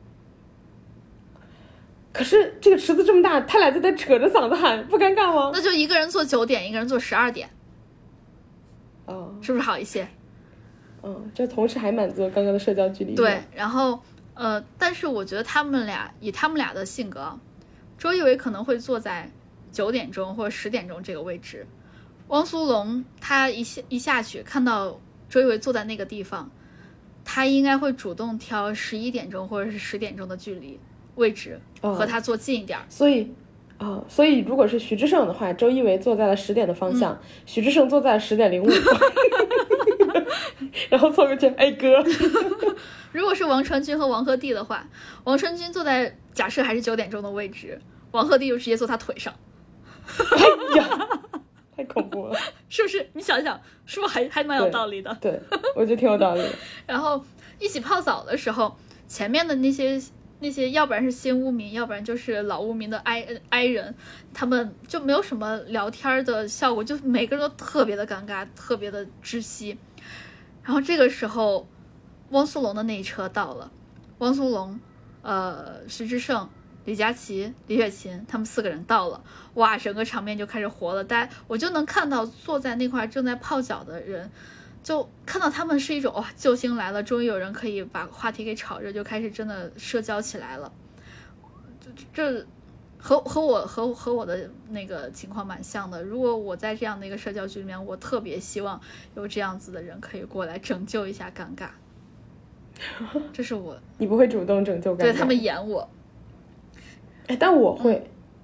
可是这个池子这么大，他俩就在扯着嗓子喊，不尴尬吗？ 那就一个人坐9点，一个人坐12点，是不是好一些？ 就同时还满足刚刚的社交距离。 对，然后但是我觉得以他们俩的性格，周一围可能会坐在9点钟或者10点钟这个位置。汪苏泷他一下去看到周一围坐在那个地方，他应该会主动挑11点钟或者是10点钟的距离位置，和他坐近一点。 所以如果是徐志胜的话，周一围坐在了10点的方向，徐志胜坐在了10点05，然后凑过去，哎哥。 如果是王传君和王鹤棣的话，王传君坐在假设还是9点钟的位置，王鹤棣就直接坐他腿上。 哎呀！太恐怖了， 是不是？你想想，是不是还蛮有道理的？ 对，我觉得挺有道理的。 然后一起泡澡的时候，前面的那些，要不然是新污民，要不然就是老污民的哀人，他们就没有什么聊天的效果，就每个人都特别的尴尬，特别的窒息。然后这个时候，汪苏泷的那一车到了，汪苏泷、徐志胜、李佳琦、李雪琴他们4个人到了，哇，整个场面就开始活了。我就能看到坐在那块正在泡脚的人，就看到他们是一种哇，救星来了，终于有人可以把话题给炒热，就开始真的社交起来了。这和我的那个情况蛮像的。如果我在这样的一个社交局里面，我特别希望有这样子的人可以过来拯救一下尴尬。 这是我。 你不会主动拯救尴尬， 对，他们演我。 哎，但我会。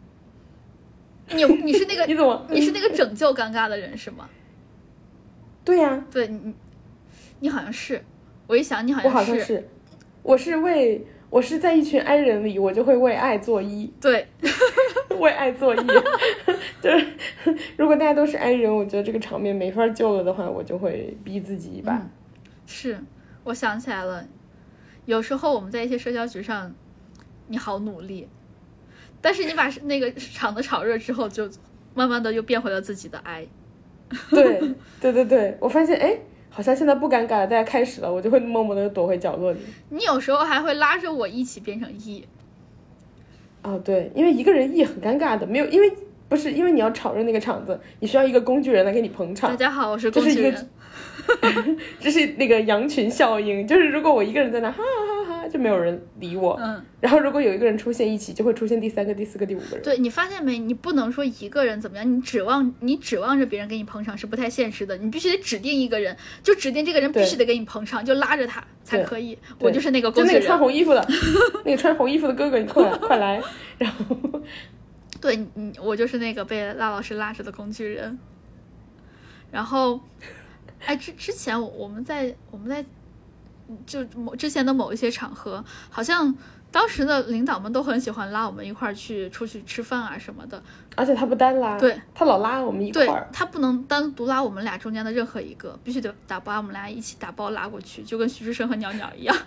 你是那个你怎么？ 你是那个拯救尴尬的人是吗？ 对呀。 对你好像是，我一想你好像是。 我好像是，我是在一群 I 人里，我就会为爱作揖。 对。 为爱作揖。就是如果大家都是 I 人，我觉得这个场面没法救了的话，我就会逼自己一把。 是，我想起来了，有时候我们在一些社交局上，你好努力，但是你把那个场子炒热之后，就慢慢的又变回了自己的 I。对，我发现哎，好像现在不尴尬了，大家开始了，我就会默默的躲回角落里。 你有时候还会拉着我一起变成 E。 哦，对，因为一个人 E 很尴尬的，没有，因为不是因为你要炒热那个场子，你需要一个工具人来给你捧场。 大家好，我是工具人。 这是那个羊群效应，就是如果我一个人在那哈哈哈哈，就没有人理我。然后如果有一个人出现一起，就会出现第3个、第4个、第5个人。 对，你发现没？你不能说一个人怎么样，你指望着别人给你捧场是不太现实的。你必须得指定一个人，就指定这个人必须得给你捧场，就拉着他才可以。我就是那个工具人， 就那个穿红衣服的，那个穿红衣服的哥哥，你快来！然后， 对我就是那个被辣老师拉着的工具人。然后。哎，之前我们在就之前的某一些场合，好像当时的领导们都很喜欢拉我们一块儿出去吃饭啊什么的。 而且他不单拉， 对， 他老拉我们一块儿。 对，他不能单独拉我们俩中间的任何一个，必须得把我们俩一起打包拉过去，就跟徐志胜和鸟鸟一样。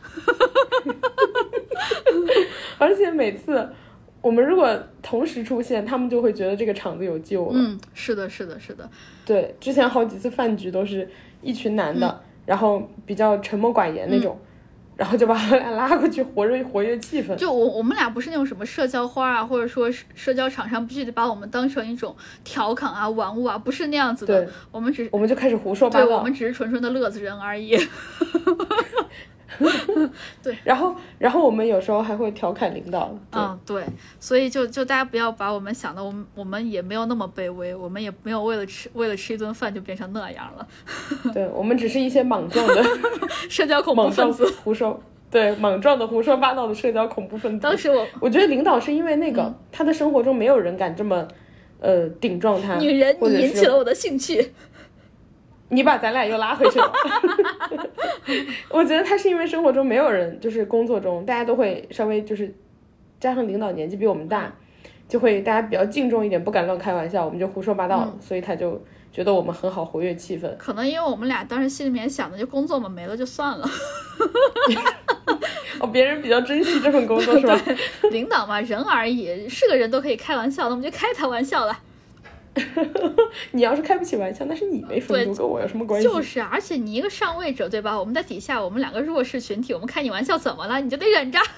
而且每次我们如果同时出现，他们就会觉得这个场子有救了。 是的。 对，之前好几次饭局都是一群男的，然后比较沉默寡言那种，然后就把他俩拉过去活跃气氛。 就我们俩不是那种什么社交花啊，或者说社交场上必须得把我们当成一种调侃啊、玩物啊，不是那样子的。我们就开始胡说八道。 对，我们只是纯纯的乐子人而已。对， 然后我们有时候还会调侃领导。 对，所以就大家不要把我们想的，我们也没有那么卑微，我们也没有为了吃一顿饭就变成那样了。 对，我们只是一些莽撞的社交恐怖分子， 莽撞的胡说八道的社交恐怖分子。 当时我觉得领导是因为那个，他的生活中没有人敢这么顶撞他。 女人，你引起了我的兴趣。 你把咱俩又拉回去了。我觉得他是因为生活中没有人，就是工作中大家都会稍微就是加上领导年纪比我们大，就会大家比较敬重一点，不敢乱开玩笑，我们就胡说八道，所以他就觉得我们很好，活跃气氛。 可能因为我们俩当时心里面想的就工作嘛，没了就算了。 别人比较珍惜这份工作是吧？ 领导嘛，人而已，是个人都可以开玩笑，那我们就开他玩笑了。 你要是开不起玩笑，那是你没风度，跟我有什么关系？ 就是而且你一个上位者对吧，我们在底下，我们两个弱势群体，我们开你玩笑怎么了？你就得忍着。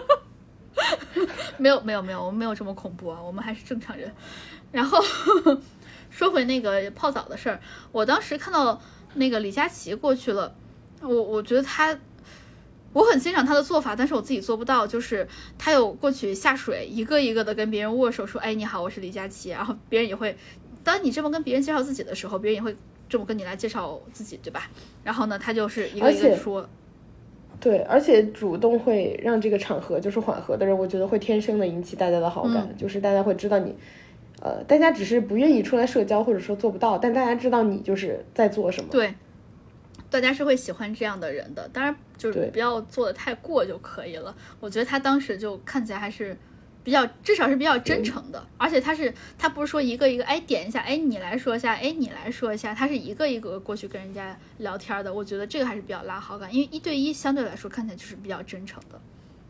没有，我们没有这么恐怖啊，我们还是正常人。然后说回那个泡澡的事儿，我当时看到那个李佳琦过去了，我觉得我很欣赏他的做法，但是我自己做不到。就是他有过去下水，一个一个的跟别人握手，说：“哎，你好，我是李佳琦。”然后别人也会，当你这么跟别人介绍自己的时候，别人也会这么跟你来介绍自己，对吧？然后呢，他就是一个一个说。 对，而且主动会让这个场合就是缓和的人，我觉得会天生的引起大家的好感，就是大家会知道你，大家只是不愿意出来社交，或者说做不到，但大家知道你就是在做什么。 对。大家是会喜欢这样的人的，当然就是不要做的太过就可以了。我觉得他当时就看起来还是至少是比较真诚的，而且他不是说一个一个点一下，你来说一下，你来说一下，他是一个一个过去跟人家聊天的。我觉得这个还是比较拉好感，因为1对1相对来说看起来就是比较真诚的。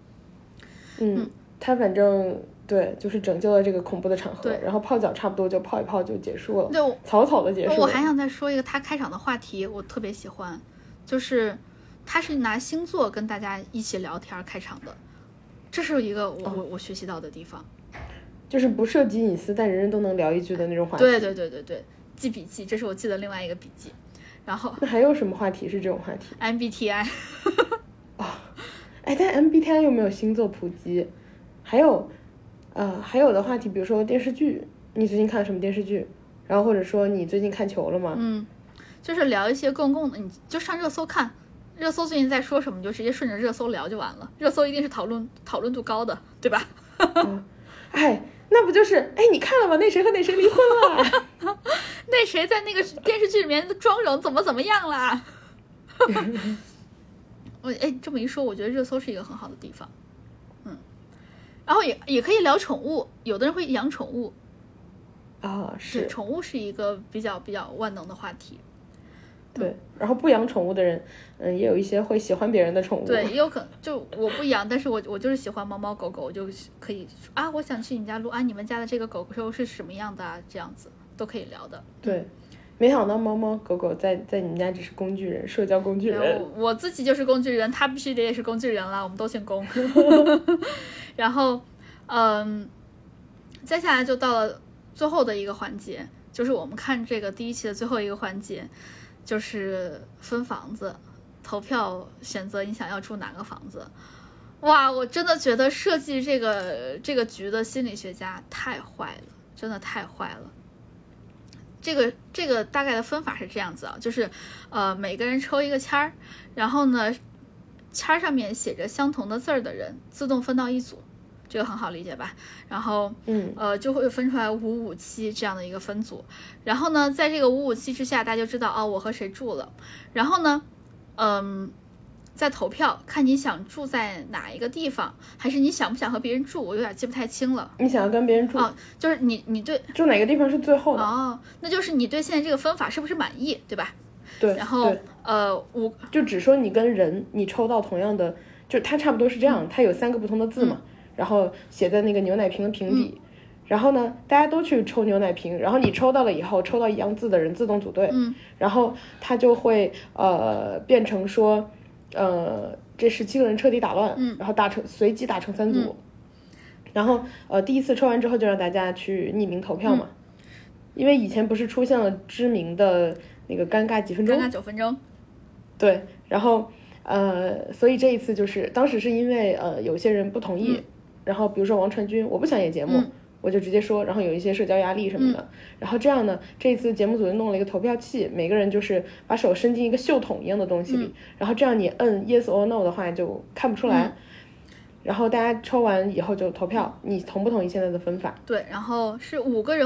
他反正对，就是拯救了这个恐怖的场合，然后泡脚差不多就泡一泡就结束了， 对， 草草的结束了。 我还想再说一个他开场的话题，我特别喜欢，就是他是拿星座跟大家一起聊天开场的，这是一个我学习到的地方， 就是不涉及隐私，但人人都能聊一句的那种话题。 对，记笔记，这是我记的另外一个笔记。然后那还有什么话题是这种话题 ？MBTI 但 MBTI 又没有星座普及。还有的话题，比如说电视剧，你最近看什么电视剧？然后或者说你最近看球了吗？ 就是聊一些公共的，你就上热搜看， 热搜最近在说什么，你就直接顺着热搜聊就完了。热搜一定是讨论度高的，对吧？ 哎，那不就是哎，你看了吗？那谁和那谁离婚了？ 那谁在那个电视剧里面的妆容怎么样啦？这么一说，我觉得热搜是一个很好的地方。然后也可以聊宠物，有的人会养宠物啊，是宠物是一个比较万能的话题。 对，然后不养宠物的人，也有一些会喜欢别人的宠物。 对，也有可能就我不养，但是我就是喜欢猫猫狗狗，我就可以啊，我想去你家录啊，你们家的这个狗狗是什么样的啊？这样子都可以聊的。 对，没想到猫猫狗狗在你们家只是工具人，社交工具人。 我自己就是工具人，他必须得也是工具人啦，我们都姓龚。然后，接下来就到了最后的一个环节，就是我们看这个第一期的最后一个环节。就是分房子，投票选择你想要住哪个房子。哇，我真的觉得设计这个局的心理学家太坏了，真的太坏了。这个大概的分法是这样子啊，就是每个人抽一个签儿，然后呢签上面写着相同的字儿的人自动分到一组。这个很好理解吧？然后，就会分出来557这样的一个分组。然后呢，在这个557之下，大家就知道哦，我和谁住了。然后呢，再投票，看你想住在哪一个地方，还是你想不想和别人住？我有点记不太清了。 你想要跟别人住？ 就是你对住哪个地方是最后的？ 那就是你对现在这个分法是不是满意，对吧？ 对。 然后我就只说你跟人，你抽到同样的，就它差不多是这样，它有3个不同的字嘛。然后写在那个牛奶瓶的瓶底，然后呢，大家都去抽牛奶瓶，然后你抽到了以后，抽到一样字的人自动组队，然后他就会变成说，这17个人彻底打乱，然后随机打成3组，然后第一次抽完之后就让大家去匿名投票嘛，因为以前不是出现了知名的那个尴尬几分钟， 尴尬9分钟， 对，然后所以这一次就是当时是因为有些人不同意。然后比如说王传君，我不想演节目，我就直接说，然后有一些社交压力什么的，然后这样呢，这一次节目组就弄了一个投票器，每个人就是把手伸进一个袖筒一样的东西里，然后这样你摁 yes or no 的话就看不出来，然后大家抽完以后就投票，你同不同意现在的分法？ 对，然后是5个人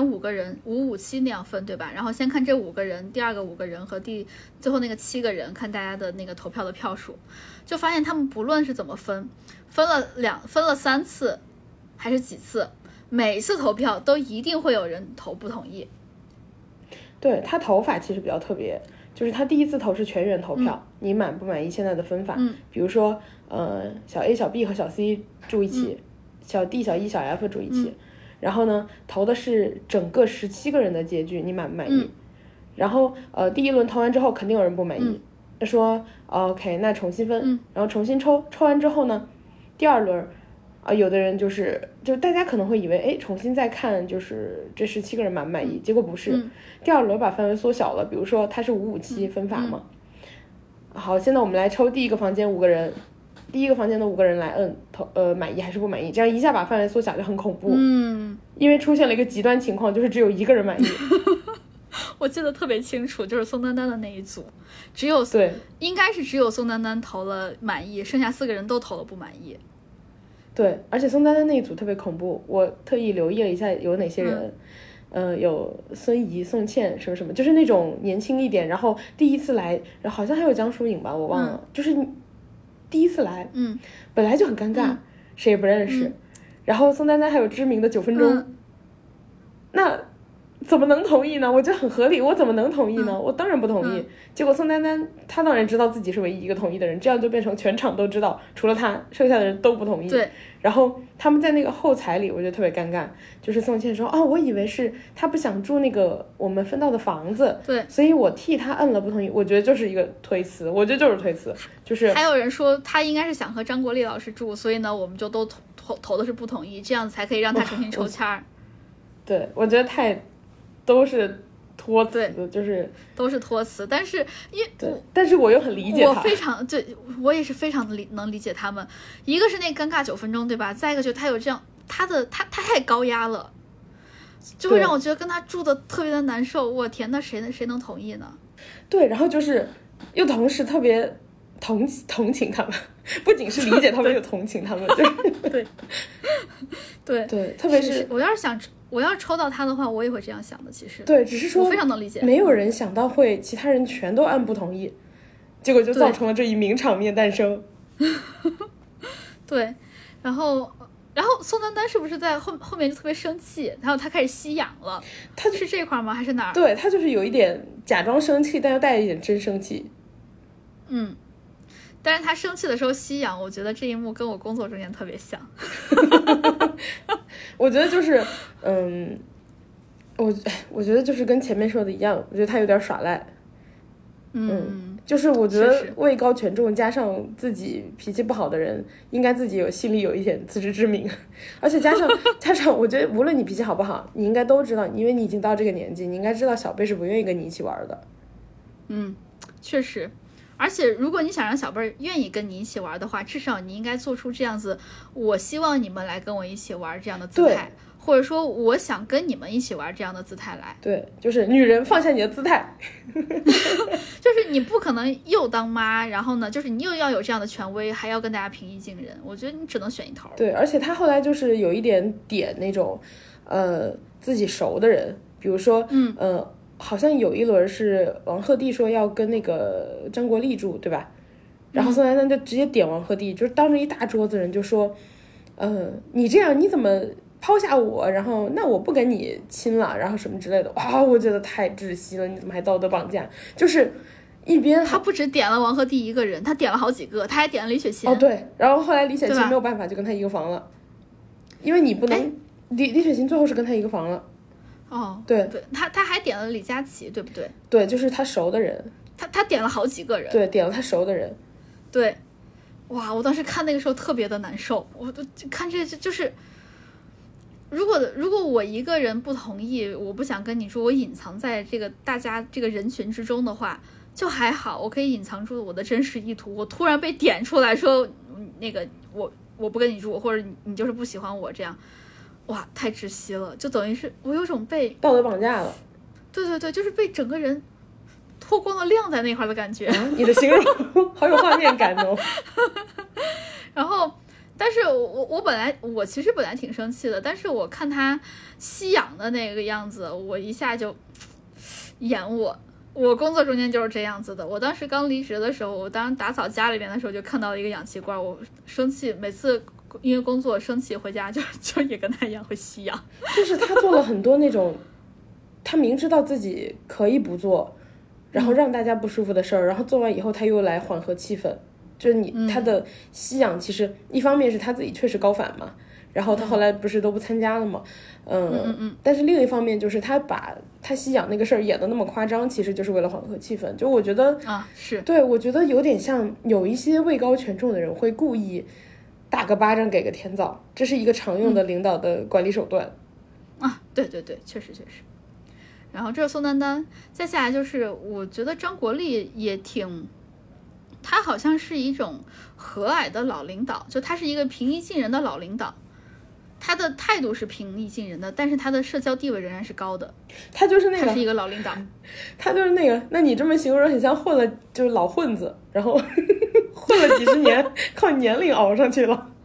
557那样分，对吧？然后先看这5个人，第2个5个人和最后那个7个人，看大家的那个投票的票数，就发现他们不论是怎么分了3次还是几次，每次投票都一定会有人投不同意。 对，他投法其实比较特别，就是他第一次投是全员投票，你满不满意现在的分法？比如说小 A 小 B 和小 C 住一起，小 D 小 E 小 F 住一起，然后呢投的是整个17个人的结局，你满不满意？然后第一轮投完之后肯定有人不满意，说OK 那重新分，然后重新抽完之后呢，第2轮有的人就大家可能会以为哎重新再看就是这17个人满不满意，结果不是，第2轮把范围缩小了，比如说它是557分法嘛，好，现在我们来抽第一个房间5个人，第一个房间的5个人来摁满意还是不满意，这样一下把范围缩小就很恐怖，因为出现了一个极端情况，就是只有1个人满意。 我记得特别清楚，就是宋丹丹的那一组，应该是只有宋丹丹投了满意，剩下4个人都投了不满意。 对，而且宋丹丹那一组特别恐怖，我特意留意了一下有哪些人，有孙怡、宋茜什么什么，就是那种年轻一点，然后第一次来，然后好像还有江疏影吧，我忘了，就是第一次来，本来就很尴尬，谁也不认识，然后宋丹丹还有知名的9分钟，那怎么能同意呢？我觉得很合理，我怎么能同意呢？我当然不同意。结果宋丹丹她当然知道自己是唯一一个同意的人，这样就变成全场都知道，除了她，剩下的人都不同意。 对。 然后他们在那个后台里，我觉得特别尴尬，就是宋茜说：“哦，我以为是她不想住那个我们分到的房子， 对， 所以我替她摁了不同意。”我觉得就是一个推辞，我觉得就是推辞，就是还有人说他应该是想和张国立老师住，所以呢，我们就都投的是不同意，这样才可以让他重新抽签儿。 对，我觉得都是托词，就是都是托词，但是但是我又很理解他， 我也是非常的能理解他们。一个是那尴尬9分钟，对吧？再一个就是他有这样，他太高压了，就会让我觉得跟他住的特别的难受。我天，那谁能同意呢？ 对，然后就是又同时特别同情他们，不仅是理解他们，有同情他们， 对对对，特别是我要是抽到他的话，我也会这样想的。其实对，只是说我非常能理解， 没有人想到会其他人全都按不同意，结果就造成了这一名场面诞生。 对，然后宋丹丹是不是在后面就特别生气，然后他开始吸氧了？他是这块吗？还是哪儿？ 对，他就是有一点假装生气，但又带一点真生气。 但是他生气的时候吸氧，我觉得这一幕跟我工作中间特别像。 我觉得就是我觉得就是跟前面说的一样，我觉得他有点耍赖。就是我觉得位高权重加上自己脾气不好的人，应该自己心里有一点自知之明，而且加上我觉得无论你脾气好不好，你应该都知道，因为你已经到这个年纪，你应该知道小贝是不愿意跟你一起玩的。 确实，而且如果你想让小贝愿意跟你一起玩的话，至少你应该做出这样子，我希望你们来跟我一起玩这样的姿态，或者说我想跟你们一起玩这样的姿态来。 对，就是女人放下你的姿态。 就是你不可能又当妈，然后呢就是你又要有这样的权威，还要跟大家平易近人，我觉得你只能选一头。 对，而且他后来就是有一点点那种自己熟的人，比如说好像有一轮是王鹤棣说要跟那个张国立住，对吧？然后宋丹丹就直接点王鹤棣，就是当着一大桌子人就说你这样你怎么抛下我，然后那我不跟你亲了，然后什么之类的。哇，我觉得太窒息了，你怎么还道德绑架？就是一边他不只点了王鹤棣一个人，他点了好几个，他还点了李雪琴。 对，然后后来李雪琴没有办法就跟他一个房了，因为你不能李雪琴最后是跟他一个房了。对， 他还点了李佳琦，对不对？ 对，就是他熟的人。 他点了好几个人。 对，点了他熟的人。 对，哇，我当时看那个时候特别的难受，我都看这就是如果我一个人不同意，我不想跟你说，我隐藏在这个大家这个人群之中的话，就还好，我可以隐藏住我的真实意图。我突然被点出来说，那个我不跟你住，或者你就是不喜欢我，这样，哇，太窒息了，就等于是我有种被道德绑架了。对， 就是被整个人脱光了晾在那块的感觉。 你的形容好有画面感哦。 然后但是我其实本来挺生气的，但是我看他吸氧的那个样子，我一下就演我工作中间就是这样子的。我当时刚离职的时候，我当时打扫家里边的时候，就看到了一个氧气罐，我生气，每次因为工作生气回家就也跟他一样会吸氧。 就是他做了很多那种他明知道自己可以不做，然后让大家不舒服的事儿，然后做完以后他又来缓和气氛。就是他的吸氧其实一方面是他自己确实高反嘛，然后他后来不是都不参加了嘛，但是另一方面就是他把他吸氧那个事儿演得那么夸张，其实就是为了缓和气氛。就我觉得是对，我觉得有点像有一些位高权重的人会故意打个巴掌给个甜枣，这是一个常用的领导的管理手段。 对，确实。然后这是宋丹丹，再下来就是我觉得张国立也挺，他好像是一种和蔼的老领导，就他是一个平易近人的老领导，他的态度是平易近人的，但是他的社交地位仍然是高的。 他就是那个， 他是一个老领导， 他就是那个，那你这么形容很像混了，就是老混子，然后混了几十年，靠年龄熬上去了。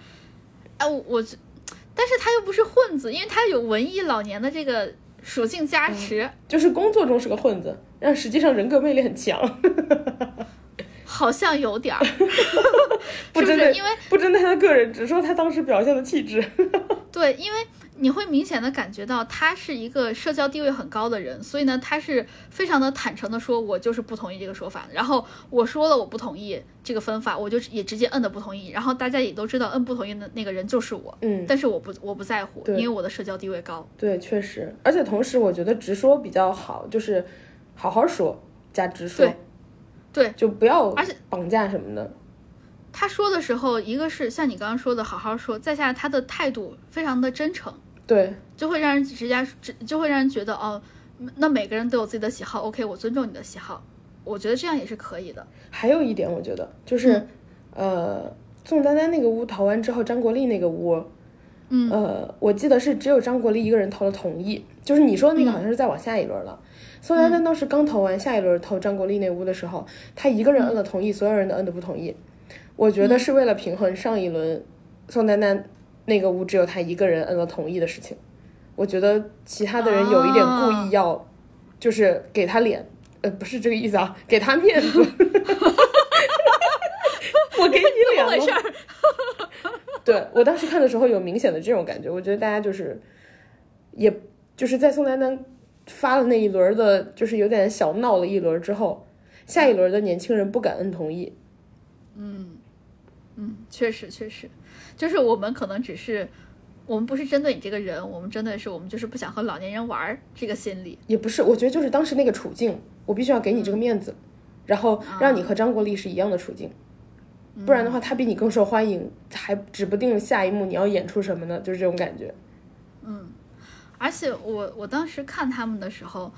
但是他又不是混子，因为他有文艺老年的这个属性加持， 就是工作中是个混子，但实际上人格魅力很强。 好像有点儿。 不针对， 因为不针对他个人，只说他当时表现的气质。 对，因为你会明显的感觉到他是一个社交地位很高的人，所以呢，他是非常的坦诚的说，我就是不同意这个说法，然后我说了我不同意这个分法，我就也直接摁的不同意，然后大家也都知道摁不同意的那个人就是我，但是我不在乎，因为我的社交地位高。 对，确实，而且同时我觉得直说比较好，就是好好说加直说。 对， 就不要绑架什么的。 他说的时候，一个是像你刚刚说的好好说，再下来他的态度非常的真诚， 对， 就会让人就会让人觉得那每个人都有自己的喜好 ，OK， 我尊重你的喜好，我觉得这样也是可以的。 还有一点，我觉得就是宋丹丹那个屋逃完之后，张国立那个屋， 我记得是只有张国立一个人投了同意，就是你说的那个好像是再往下一轮了。宋丹丹当时刚投完下一轮投张国立那屋的时候，他一个人摁了同意，所有人都摁的不同意。我觉得是为了平衡上一轮宋丹丹那个屋只有他一个人摁了同意的事情，我觉得其他的人有一点故意要就是给他脸，不是这个意思啊，给他面子。我给你脸了。 怎么回事？ 对，我当时看的时候有明显的这种感觉，我觉得大家就是也就是在宋丹丹发了那一轮的就是有点小闹了一轮之后，下一轮的年轻人不敢摁同意。 确实就是我们可能只是我们不是针对你这个人，我们针对是我们就是不想和老年人玩这个心理。 也不是，我觉得就是当时那个处境，我必须要给你这个面子，然后让你和张国立是一样的处境，不然的话他比你更受欢迎，还指不定下一幕你要演出什么呢，就是这种感觉。 而且我当时看他们的时候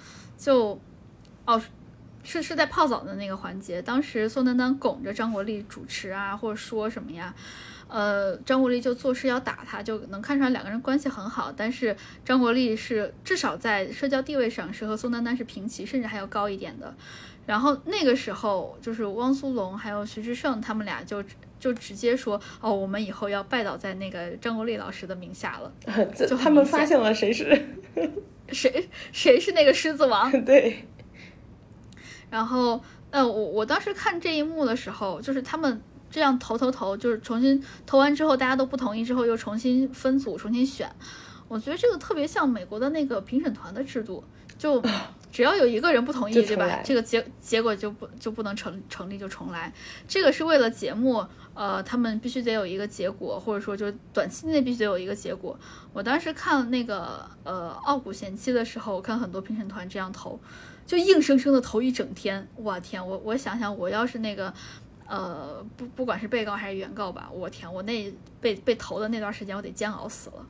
是在泡澡的那个环节，当时宋丹丹拱着张国立主持啊或者说什么呀，张国立就做事要打他，就能看出来两个人关系很好，但是张国立是至少在社交地位上是和宋丹丹是平齐，甚至还要高一点的。然后那个时候就是汪苏泷还有徐志胜他们俩就直接说我们以后要拜倒在那个张国立老师的名下了。 就他们发现了谁是谁是那个狮子王。 对。 然后我当时看这一幕的时候，就是他们这样投，就是重新投完之后大家都不同意之后又重新分组重新选，我觉得这个特别像美国的那个评审团的制度，就只要有一个人不同意，对吧？这个结果就不能成立，就重来。这个是为了节目，他们必须得有一个结果，或者说就短期内必须得有一个结果。我当时看那个傲骨贤妻的时候，我看很多评审团这样投，就硬生生的投一整天。我天，我想想，我要是那个不管是被告还是原告吧，我天，我那被投的那段时间我得煎熬死了。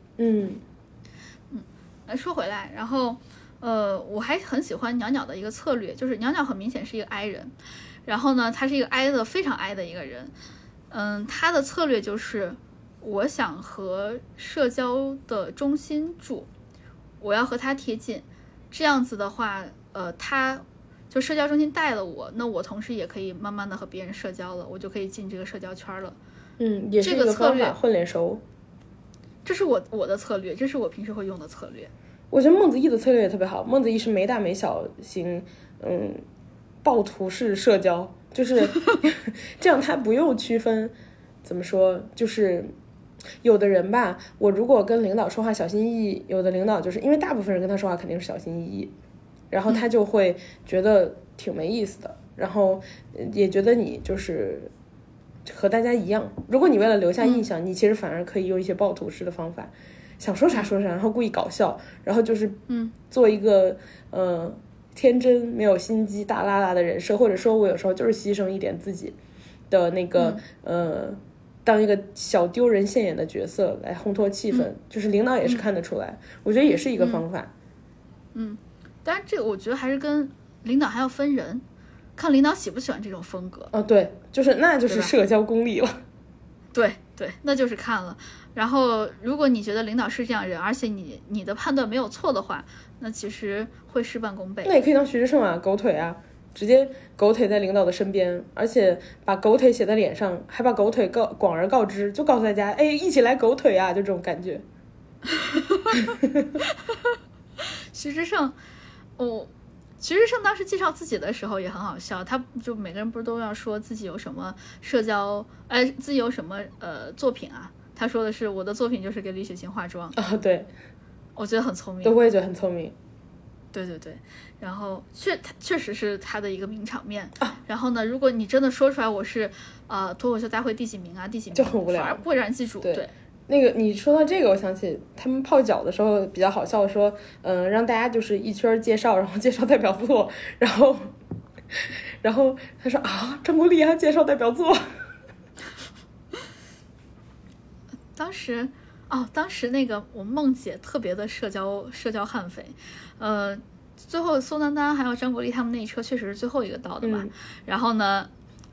说回来，然后我还很喜欢袅袅的一个策略，就是袅袅很明显是一个 I 人，然后呢他是一个 I 的非常 I 的一个人。他的策略就是我想和社交的中心住，我要和他贴近，这样子的话他就社交中心带了我，那我同时也可以慢慢的和别人社交了，我就可以进这个社交圈了。 也是一个方法，混脸熟。 这是我的策略，这是我平时会用的策略。 我觉得孟子义的策略也特别好，孟子义是没大没小型暴徒式社交，就是这样他不用区分，怎么说，就是有的人吧，我如果跟领导说话小心翼翼，有的领导就是因为大部分人跟他说话肯定是小心翼翼，然后他就会觉得挺没意思的，然后也觉得你就是和大家一样，如果你为了留下印象，你其实反而可以用一些暴徒式的方法，想说啥说啥，然后故意搞笑，然后就是做一个天真没有心机大拉拉的人设，或者说我有时候就是牺牲一点自己的那个当一个小丢人现眼的角色来烘托气氛，就是领导也是看得出来，我觉得也是一个方法。 当然这个我觉得还是跟领导还要分人，看领导喜不喜欢这种风格。 对，那就是社交功力了。 对，那就是看了。然后如果你觉得领导是这样人，而且你的判断没有错的话，那其实会事半功倍。 那也可以当徐志胜啊，狗腿啊，直接狗腿在领导的身边，而且把狗腿写在脸上，还把狗腿广而告之，就告诉大家，一起来狗腿啊，就这种感觉。 徐志胜徐志胜当时介绍自己的时候也很好笑，他就每个人不是都要说自己有什么社交，自己有什么作品啊？他说的是我的作品就是给李雪琴化妆。 对， 我觉得很聪明。 对，我也觉得很聪明。 对，然后确实是他的一个名场面。然后呢，如果你真的说出来我是脱口秀大会第几名啊，第几名， 就很无聊， 反而不会让人记住。对。 那个你说到这个，我想起他们泡脚的时候比较好笑，说让大家就是一圈介绍，然后介绍代表作，然后他说张国立还介绍代表作。 当时那个我梦姐特别的社交悍匪，最后宋丹丹还有张国立他们那一车确实是最后一个到的嘛。然后呢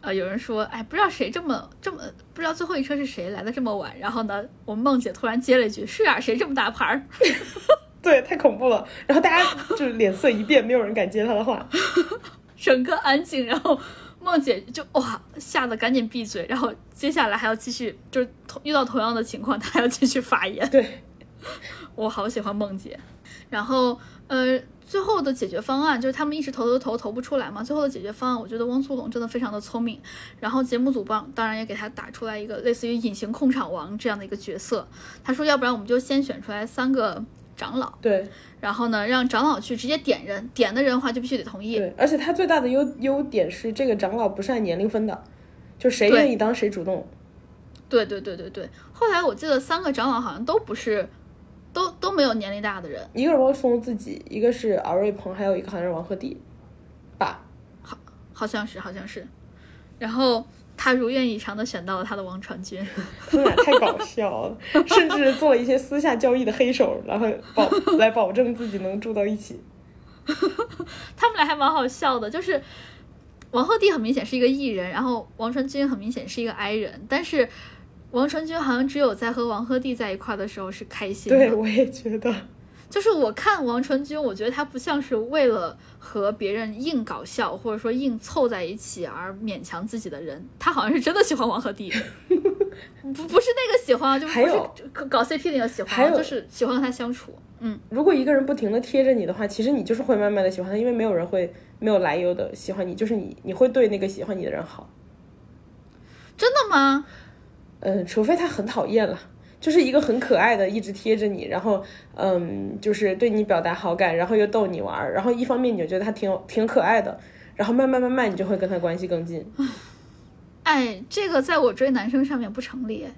有人说，哎，不知道谁这么不知道最后一车是谁来的这么晚。然后呢，我们梦姐突然接了一句：“是啊，谁这么大牌儿？” 对，太恐怖了。然后大家就脸色一变，没有人敢接她的话， 整个安静。然后梦姐就哇吓得赶紧闭嘴。然后接下来还要继续，就是遇到同样的情况，她还要继续发言。 对， 我好喜欢梦姐。然后最后的解决方案就是他们一直投不出来嘛。最后的解决方案，我觉得汪苏泷真的非常的聪明。然后节目组当然也给他打出来一个类似于隐形控场王这样的一个角色。他说，要不然我们就先选出来3个长老， 对， 然后呢让长老去直接点人，点的人的话就必须得同意。 对，而且他最大的优点是这个长老不是按年龄分的，就谁愿意当谁主动。 对。后来我记得3个长老好像都不是。都没有年龄大的人， 一个是汪苏泷自己，一个是敖瑞鹏，还有一个好像是王鹤棣吧， 好像是。然后他如愿以偿的选到了他的王传君。 他们俩太搞笑了，甚至做了一些私下交易的黑手，然后来保证自己能住到一起。 他们俩还蛮好笑的，就是王鹤棣很明显是一个艺人，然后王传君很明显是一个 I 人，但是王传君好像只有在和王鹤棣在一块的时候是开心的。 对，我也觉得。 就是我看王传君，我觉得他不像是为了和别人硬搞笑或者说硬凑在一起而勉强自己的人，他好像是真的喜欢王鹤棣。不是那个喜欢，就不是搞 CP 那个喜欢，就是喜欢和他相处。 如果一个人不停的贴着你的话，其实你就是会慢慢的喜欢他，因为没有人会没有来由的喜欢你，就是你会对那个喜欢你的人好。 真的吗？ 除非他很讨厌了，就是一个很可爱的一直贴着你，然后就是对你表达好感，然后又逗你玩，然后一方面你就觉得他挺可爱的，然后慢慢你就会跟他关系更近。 哎，这个在我追男生上面不成立。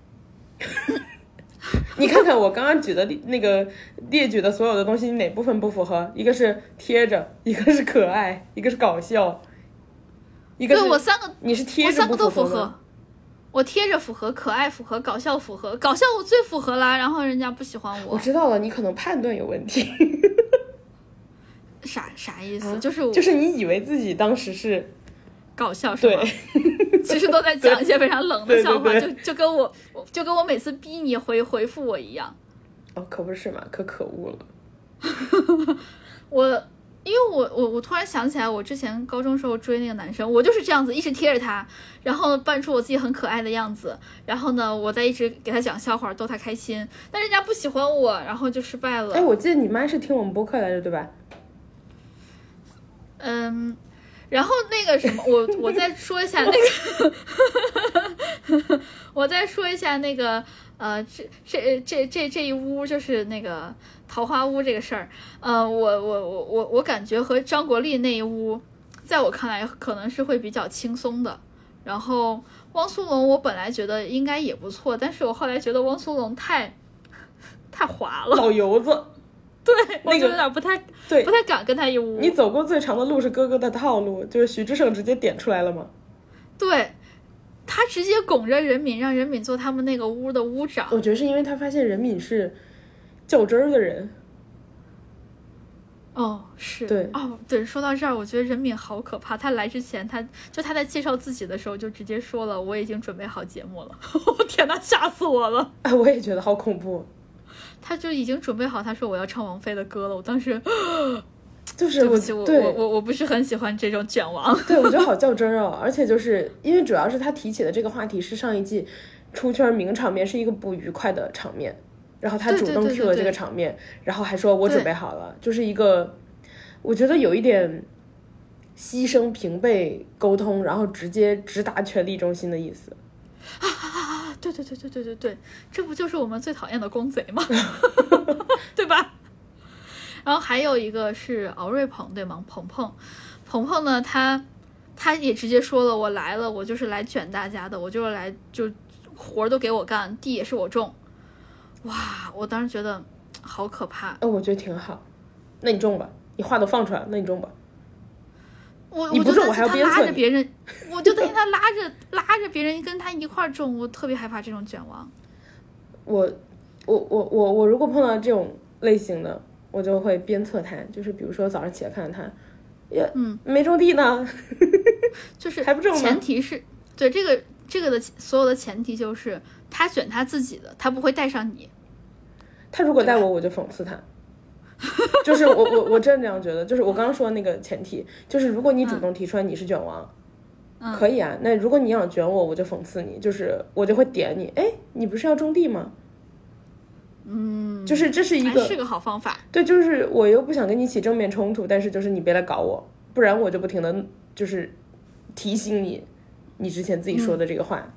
你看看我刚刚举的那个列举的所有的东西，你哪部分不符合？一个是贴着，一个是可爱，一个是搞笑，一个是对我3个， 你是贴着不符合吗？我3个都符合。我贴着符合，可爱符合，搞笑符合，搞笑我最符合啦，然后人家不喜欢我。 我知道了，你可能判断有问题。 啥意思？ 就是你以为自己当时是搞笑是吗？对，其实都在讲一些非常冷的笑话，对，就跟我每次逼你回复我一样。 哦，可不是嘛，可恶了。 因为我突然想起来，我之前高中时候追那个男生，我就是这样子一直贴着他，然后扮出我自己很可爱的样子，然后呢，我再一直给他讲笑话逗他开心，但人家不喜欢我，然后就失败了。 哎，我记得你妈是听我们播客来着，对吧？ 然后那个什么，我再说一下那个，我再说一下那个这一屋就是那个桃花屋这个事儿。我感觉和张国立那一屋，在我看来可能是会比较轻松的。然后汪苏泷我本来觉得应该也不错，但是我后来觉得汪苏泷太滑了， 老油子。 对，我就有点不太敢跟他一屋。 你走过最长的路是哥哥的套路，就是徐志胜直接点出来了吗？ 对，他直接拱着任敏，让任敏做他们那个屋的屋长。 我觉得是因为他发现任敏是较真儿的人。 哦，是， 对， 哦，对，说到这儿，我觉得任敏好可怕。他来之前，他在介绍自己的时候就直接说了，我已经准备好节目了。天哪，吓死我了！ 哎，我也觉得好恐怖。 他就已经准备好，他说我要唱王菲的歌了。我当时就是对不起，我不是很喜欢这种卷王。 对，我觉得好较真哦。而且就是因为主要是他提起的这个话题是上一季出圈名场面，是一个不愉快的场面，然后他主动 Q 了这个场面，然后还说我准备好了，就是一个我觉得有一点牺牲平辈沟通，然后直接直达权力中心的意思。 对，这不就是我们最讨厌的公贼吗？对吧？然后还有一个是敖瑞鹏，对吗？鹏鹏呢，他也直接说了，我来了，我就是来卷大家的，我就是来就活都给我干，地也是我种。哇，我当时觉得好可怕。 我觉得挺好。那你种吧，你话都放出来，那你种吧。 你不种我还要鞭策你。 拉着别人，我就担心他拉着别人跟他一块种，我特别害怕这种卷王。 我如果碰到这种类型的，我就会鞭策他，就是比如说早上起来看看他，也没种地呢， 就是还不种呢。 对，这个的所有的前提就是他选他自己的，他不会带上你。 他如果带我就讽刺他。就是我真的这样觉得，就是我刚刚说的那个前提，就是如果你主动提出来你是卷王，可以啊。那如果你想卷我就讽刺你，就是我就会点你，哎，你不是要种地吗？就是这是一个是个好方法。 对，就是我又不想跟你起正面冲突，但是就是你别来搞我，不然我就不停的就是提醒你之前自己说的这个话。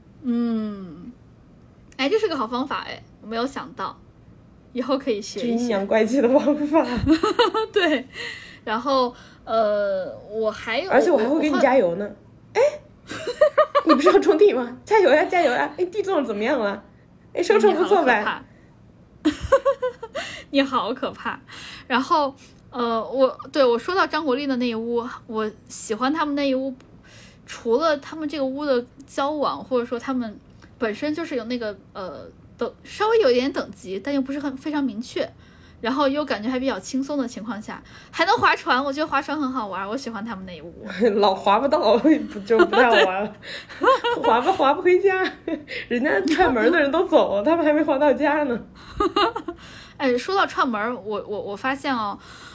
哎，这是个好方法哎，我没有想到，以后可以学一学。 阴阳怪气的方法。 对，然后我还有， 而且我还会给你加油呢。哎，你不是要种地吗？加油呀，加油呀！哎，地种的怎么样了？哎，收成不错呗。 你好可怕。然后我说到张国立的那一屋，我喜欢他们那一屋，除了他们这个屋的交往，或者说他们本身就是有那个稍微有一点等级，但又不是非常明确，然后又感觉还比较轻松的情况下，还能划船，我觉得划船很好玩，我喜欢他们那一屋。 老划不到就不太好玩了。划不回家，人家串门的人都走了，他们还没划到家呢。 哎，说到串门，我发现哦，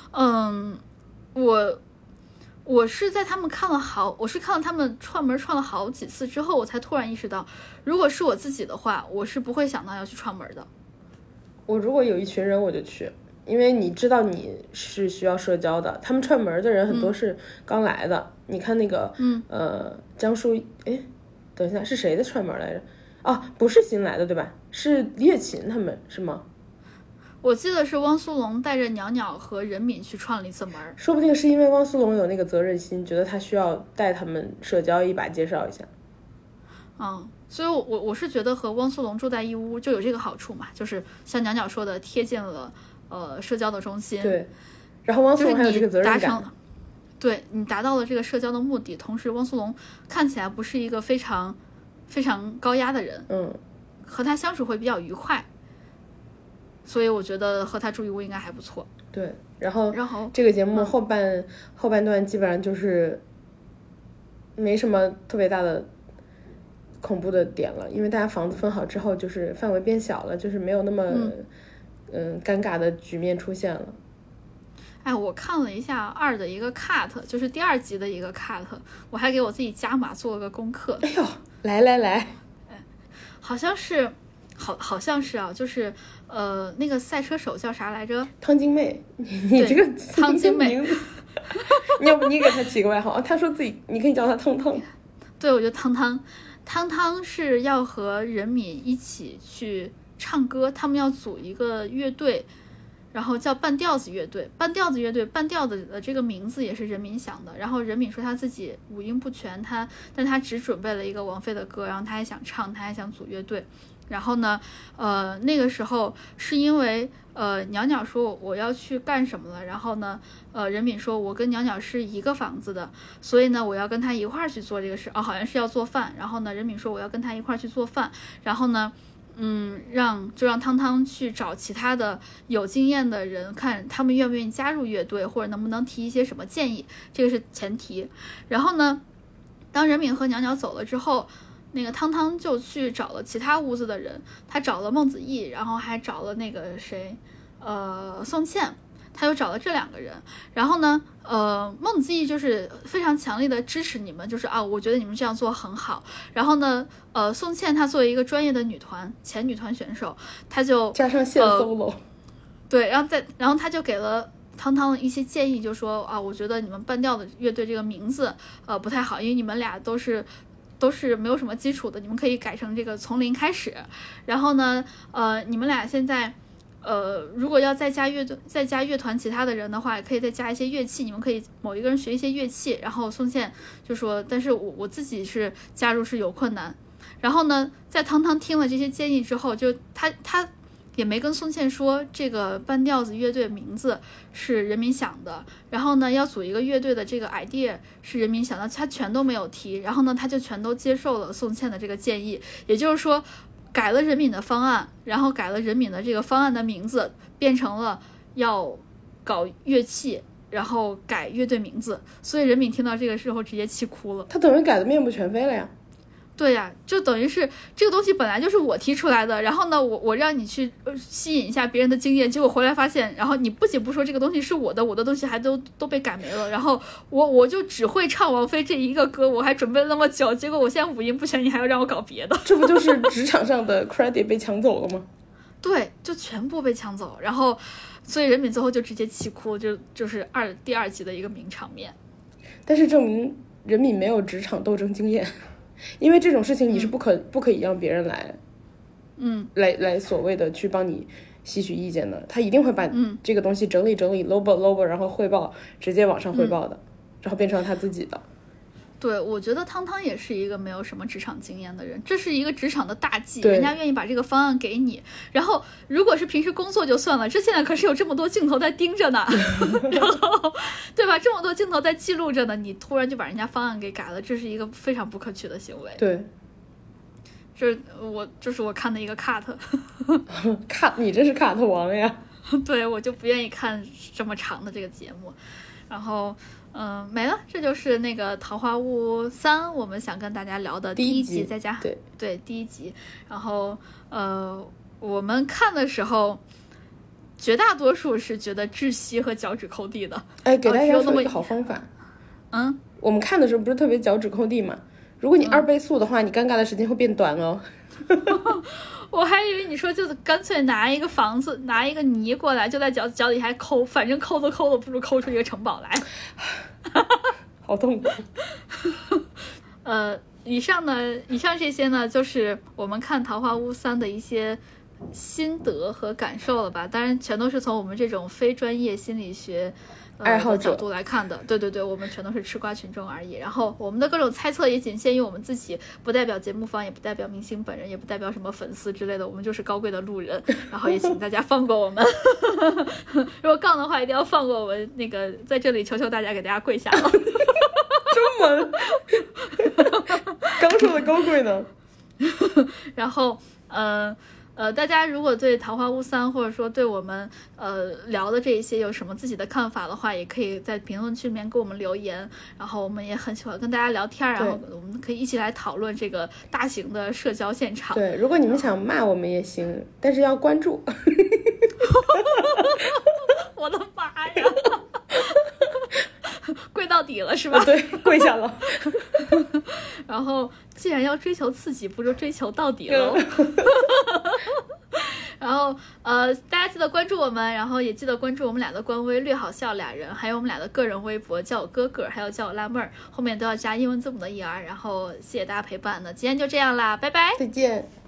我是在他们我是看了他们串门串了好几次之后，我才突然意识到，如果是我自己的话，我是不会想到要去串门的。 我如果有一群人我就去，因为你知道你是需要社交的。他们串门的人很多是刚来的，你看那个江疏，哎，等一下是谁的串门来着？啊，不是新来的对吧？是叶琴他们是吗？ 我记得是汪苏泷带着袅袅和任敏去串了一次门， 说不定是因为汪苏泷有那个责任心，觉得他需要带他们社交一把，介绍一下。 所以我是觉得和汪苏泷住在一屋就有这个好处嘛，就是像袅袅说的，贴近了社交的中心。 对，然后汪苏泷还有这个责任感， 对，你达到了这个社交的目的，同时汪苏泷看起来不是一个非常非常高压的人，和他相处会比较愉快。所以我觉得和他住一屋应该还不错。 对，然后这个节目后半段基本上就是没什么特别大的恐怖的点了，因为大家房子分好之后，就是范围变小了，就是没有那么尴尬的局面出现了。 哎，我看了一下2的一个 cut， 就是第2集的一个 cut， 我还给我自己加码做了个功课。 哎呦，来， 好像是啊，就是那个赛车手叫啥来着？ 汤晶妹，你这个汤晶妹， 要不你给他起个外号？他说自己，你可以叫他汤汤。 对，我觉得汤汤是要和任敏一起去唱歌，他们要组一个乐队，然后叫半调子乐队。半调子的这个名字也是任敏想的。然后任敏说他自己五音不全，但他只准备了一个王菲的歌，然后他还想唱，他还想组乐队。然后呢，那个时候是因为袅袅说我要去干什么了，然后呢，任敏说我跟袅袅是一个房子的，所以呢我要跟他一块儿去做这个事，好像是要做饭。然后呢，任敏说我要跟他一块儿去做饭，然后呢，让汤汤去找其他的有经验的人，看他们愿不愿意加入乐队，或者能不能提一些什么建议，这个是前提。然后呢，当任敏和袅袅走了之后，那个汤汤就去找了其他屋子的人，他找了孟子义，然后还找了那个谁，宋茜，他又找了这2个人。然后呢，孟子义就是非常强烈的支持你们，就是我觉得你们这样做很好。然后呢，宋茜她作为一个专业的前女团选手，她就加上线 solo， 对，然后他就给了汤汤一些建议，就说我觉得你们半调的乐队这个名字不太好，因为你们俩都是没有什么基础的，你们可以改成这个从零开始。然后呢，你们俩现在如果要再加乐团其他的人的话，也可以再加一些乐器，你们可以某一个人学一些乐器。然后宋茜就说，但是我自己是加入是有困难。然后呢，在汤汤听了这些建议之后，就他也没跟宋茜说这个半调子乐队名字是任敏想的，然后呢要组一个乐队的这个 idea 是任敏想的，他全都没有提。然后呢他就全都接受了宋茜的这个建议，也就是说改了任敏的方案，然后改了任敏的这个方案的名字，变成了要搞乐器，然后改乐队名字。所以任敏听到这个时候直接气哭了， 他等于改的面目全非了呀。 对呀，就等于是这个东西本来就是我提出来的，然后呢，我让你去吸引一下别人的经验，结果回来发现，然后你不仅不说这个东西是我的东西还都被改没了，然后我就只会唱王菲这一个歌，我还准备了那么久，结果我现在五音不全，你还要让我搞别的， 这不就是职场上的 credit 被抢走了吗？ 对，就全部被抢走，然后所以任敏最后就直接气哭，就是第二集的一个名场面。 但是证明任敏没有职场斗争经验。因为这种事情你是不可以让别人来所谓的去帮你吸取意见的，他一定会把这个东西整理 lobo， 然后汇报，直接往上汇报的，然后变成他自己的。 对，我觉得汤汤也是一个没有什么职场经验的人，这是一个职场的大忌， 对， 人家愿意把这个方案给你，然后如果是平时工作就算了，这现在可是有这么多镜头在盯着呢，然后对吧，这么多镜头在记录着呢，你突然就把人家方案给改了，这是一个非常不可取的行为。 对， 这是我看的一个 cut 你真是 cut 王呀。 对，我就不愿意看这么长的这个节目，然后没了，这就是那个《桃花坞3》我们想跟大家聊的第一集，在家对第一集。然后我们看的时候，绝大多数是觉得窒息和脚趾抠地的。 哎，给大家说一个好方法。我们看的时候不是特别脚趾抠地嘛？如果你2倍速的话，你尴尬的时间会变短哦。 我还以为你说就是干脆拿一个房子，拿一个泥过来，就在脚底下抠，反正抠都抠了，不如抠出一个城堡来。 好痛苦。 以上这些呢，就是我们看《桃花坞3》的一些心得和感受了吧？当然，全都是从我们这种非专业心理学爱好者角度来看的。对，我们全都是吃瓜群众而已。然后我们的各种猜测也仅限于我们自己，不代表节目方，也不代表明星本人，也不代表什么粉丝之类的。我们就是高贵的路人。然后也请大家放过我们。如果杠的话，一定要放过我们。那个在这里求求大家，给大家跪下了。 这么刚说的高贵呢。 然后大家如果对《桃花坞3》或者说对我们聊的这一些有什么自己的看法的话，也可以在评论区里面给我们留言。然后我们也很喜欢跟大家聊天，然后我们可以一起来讨论这个大型的社交现场。 对，如果你们想骂我们也行，但是要关注。 我的妈呀！跪到底了是吧？ 对，跪下了。 然后既然要追求刺激，不如追求到底喽。然后大家记得关注我们，然后也记得关注我们俩的官微略好笑俩人，还有我们俩的个人微博，叫我哥哥，还有叫我辣妹儿，后面都要加英文字母的ER。然后谢谢大家陪伴，那今天就这样啦，拜拜， 再见。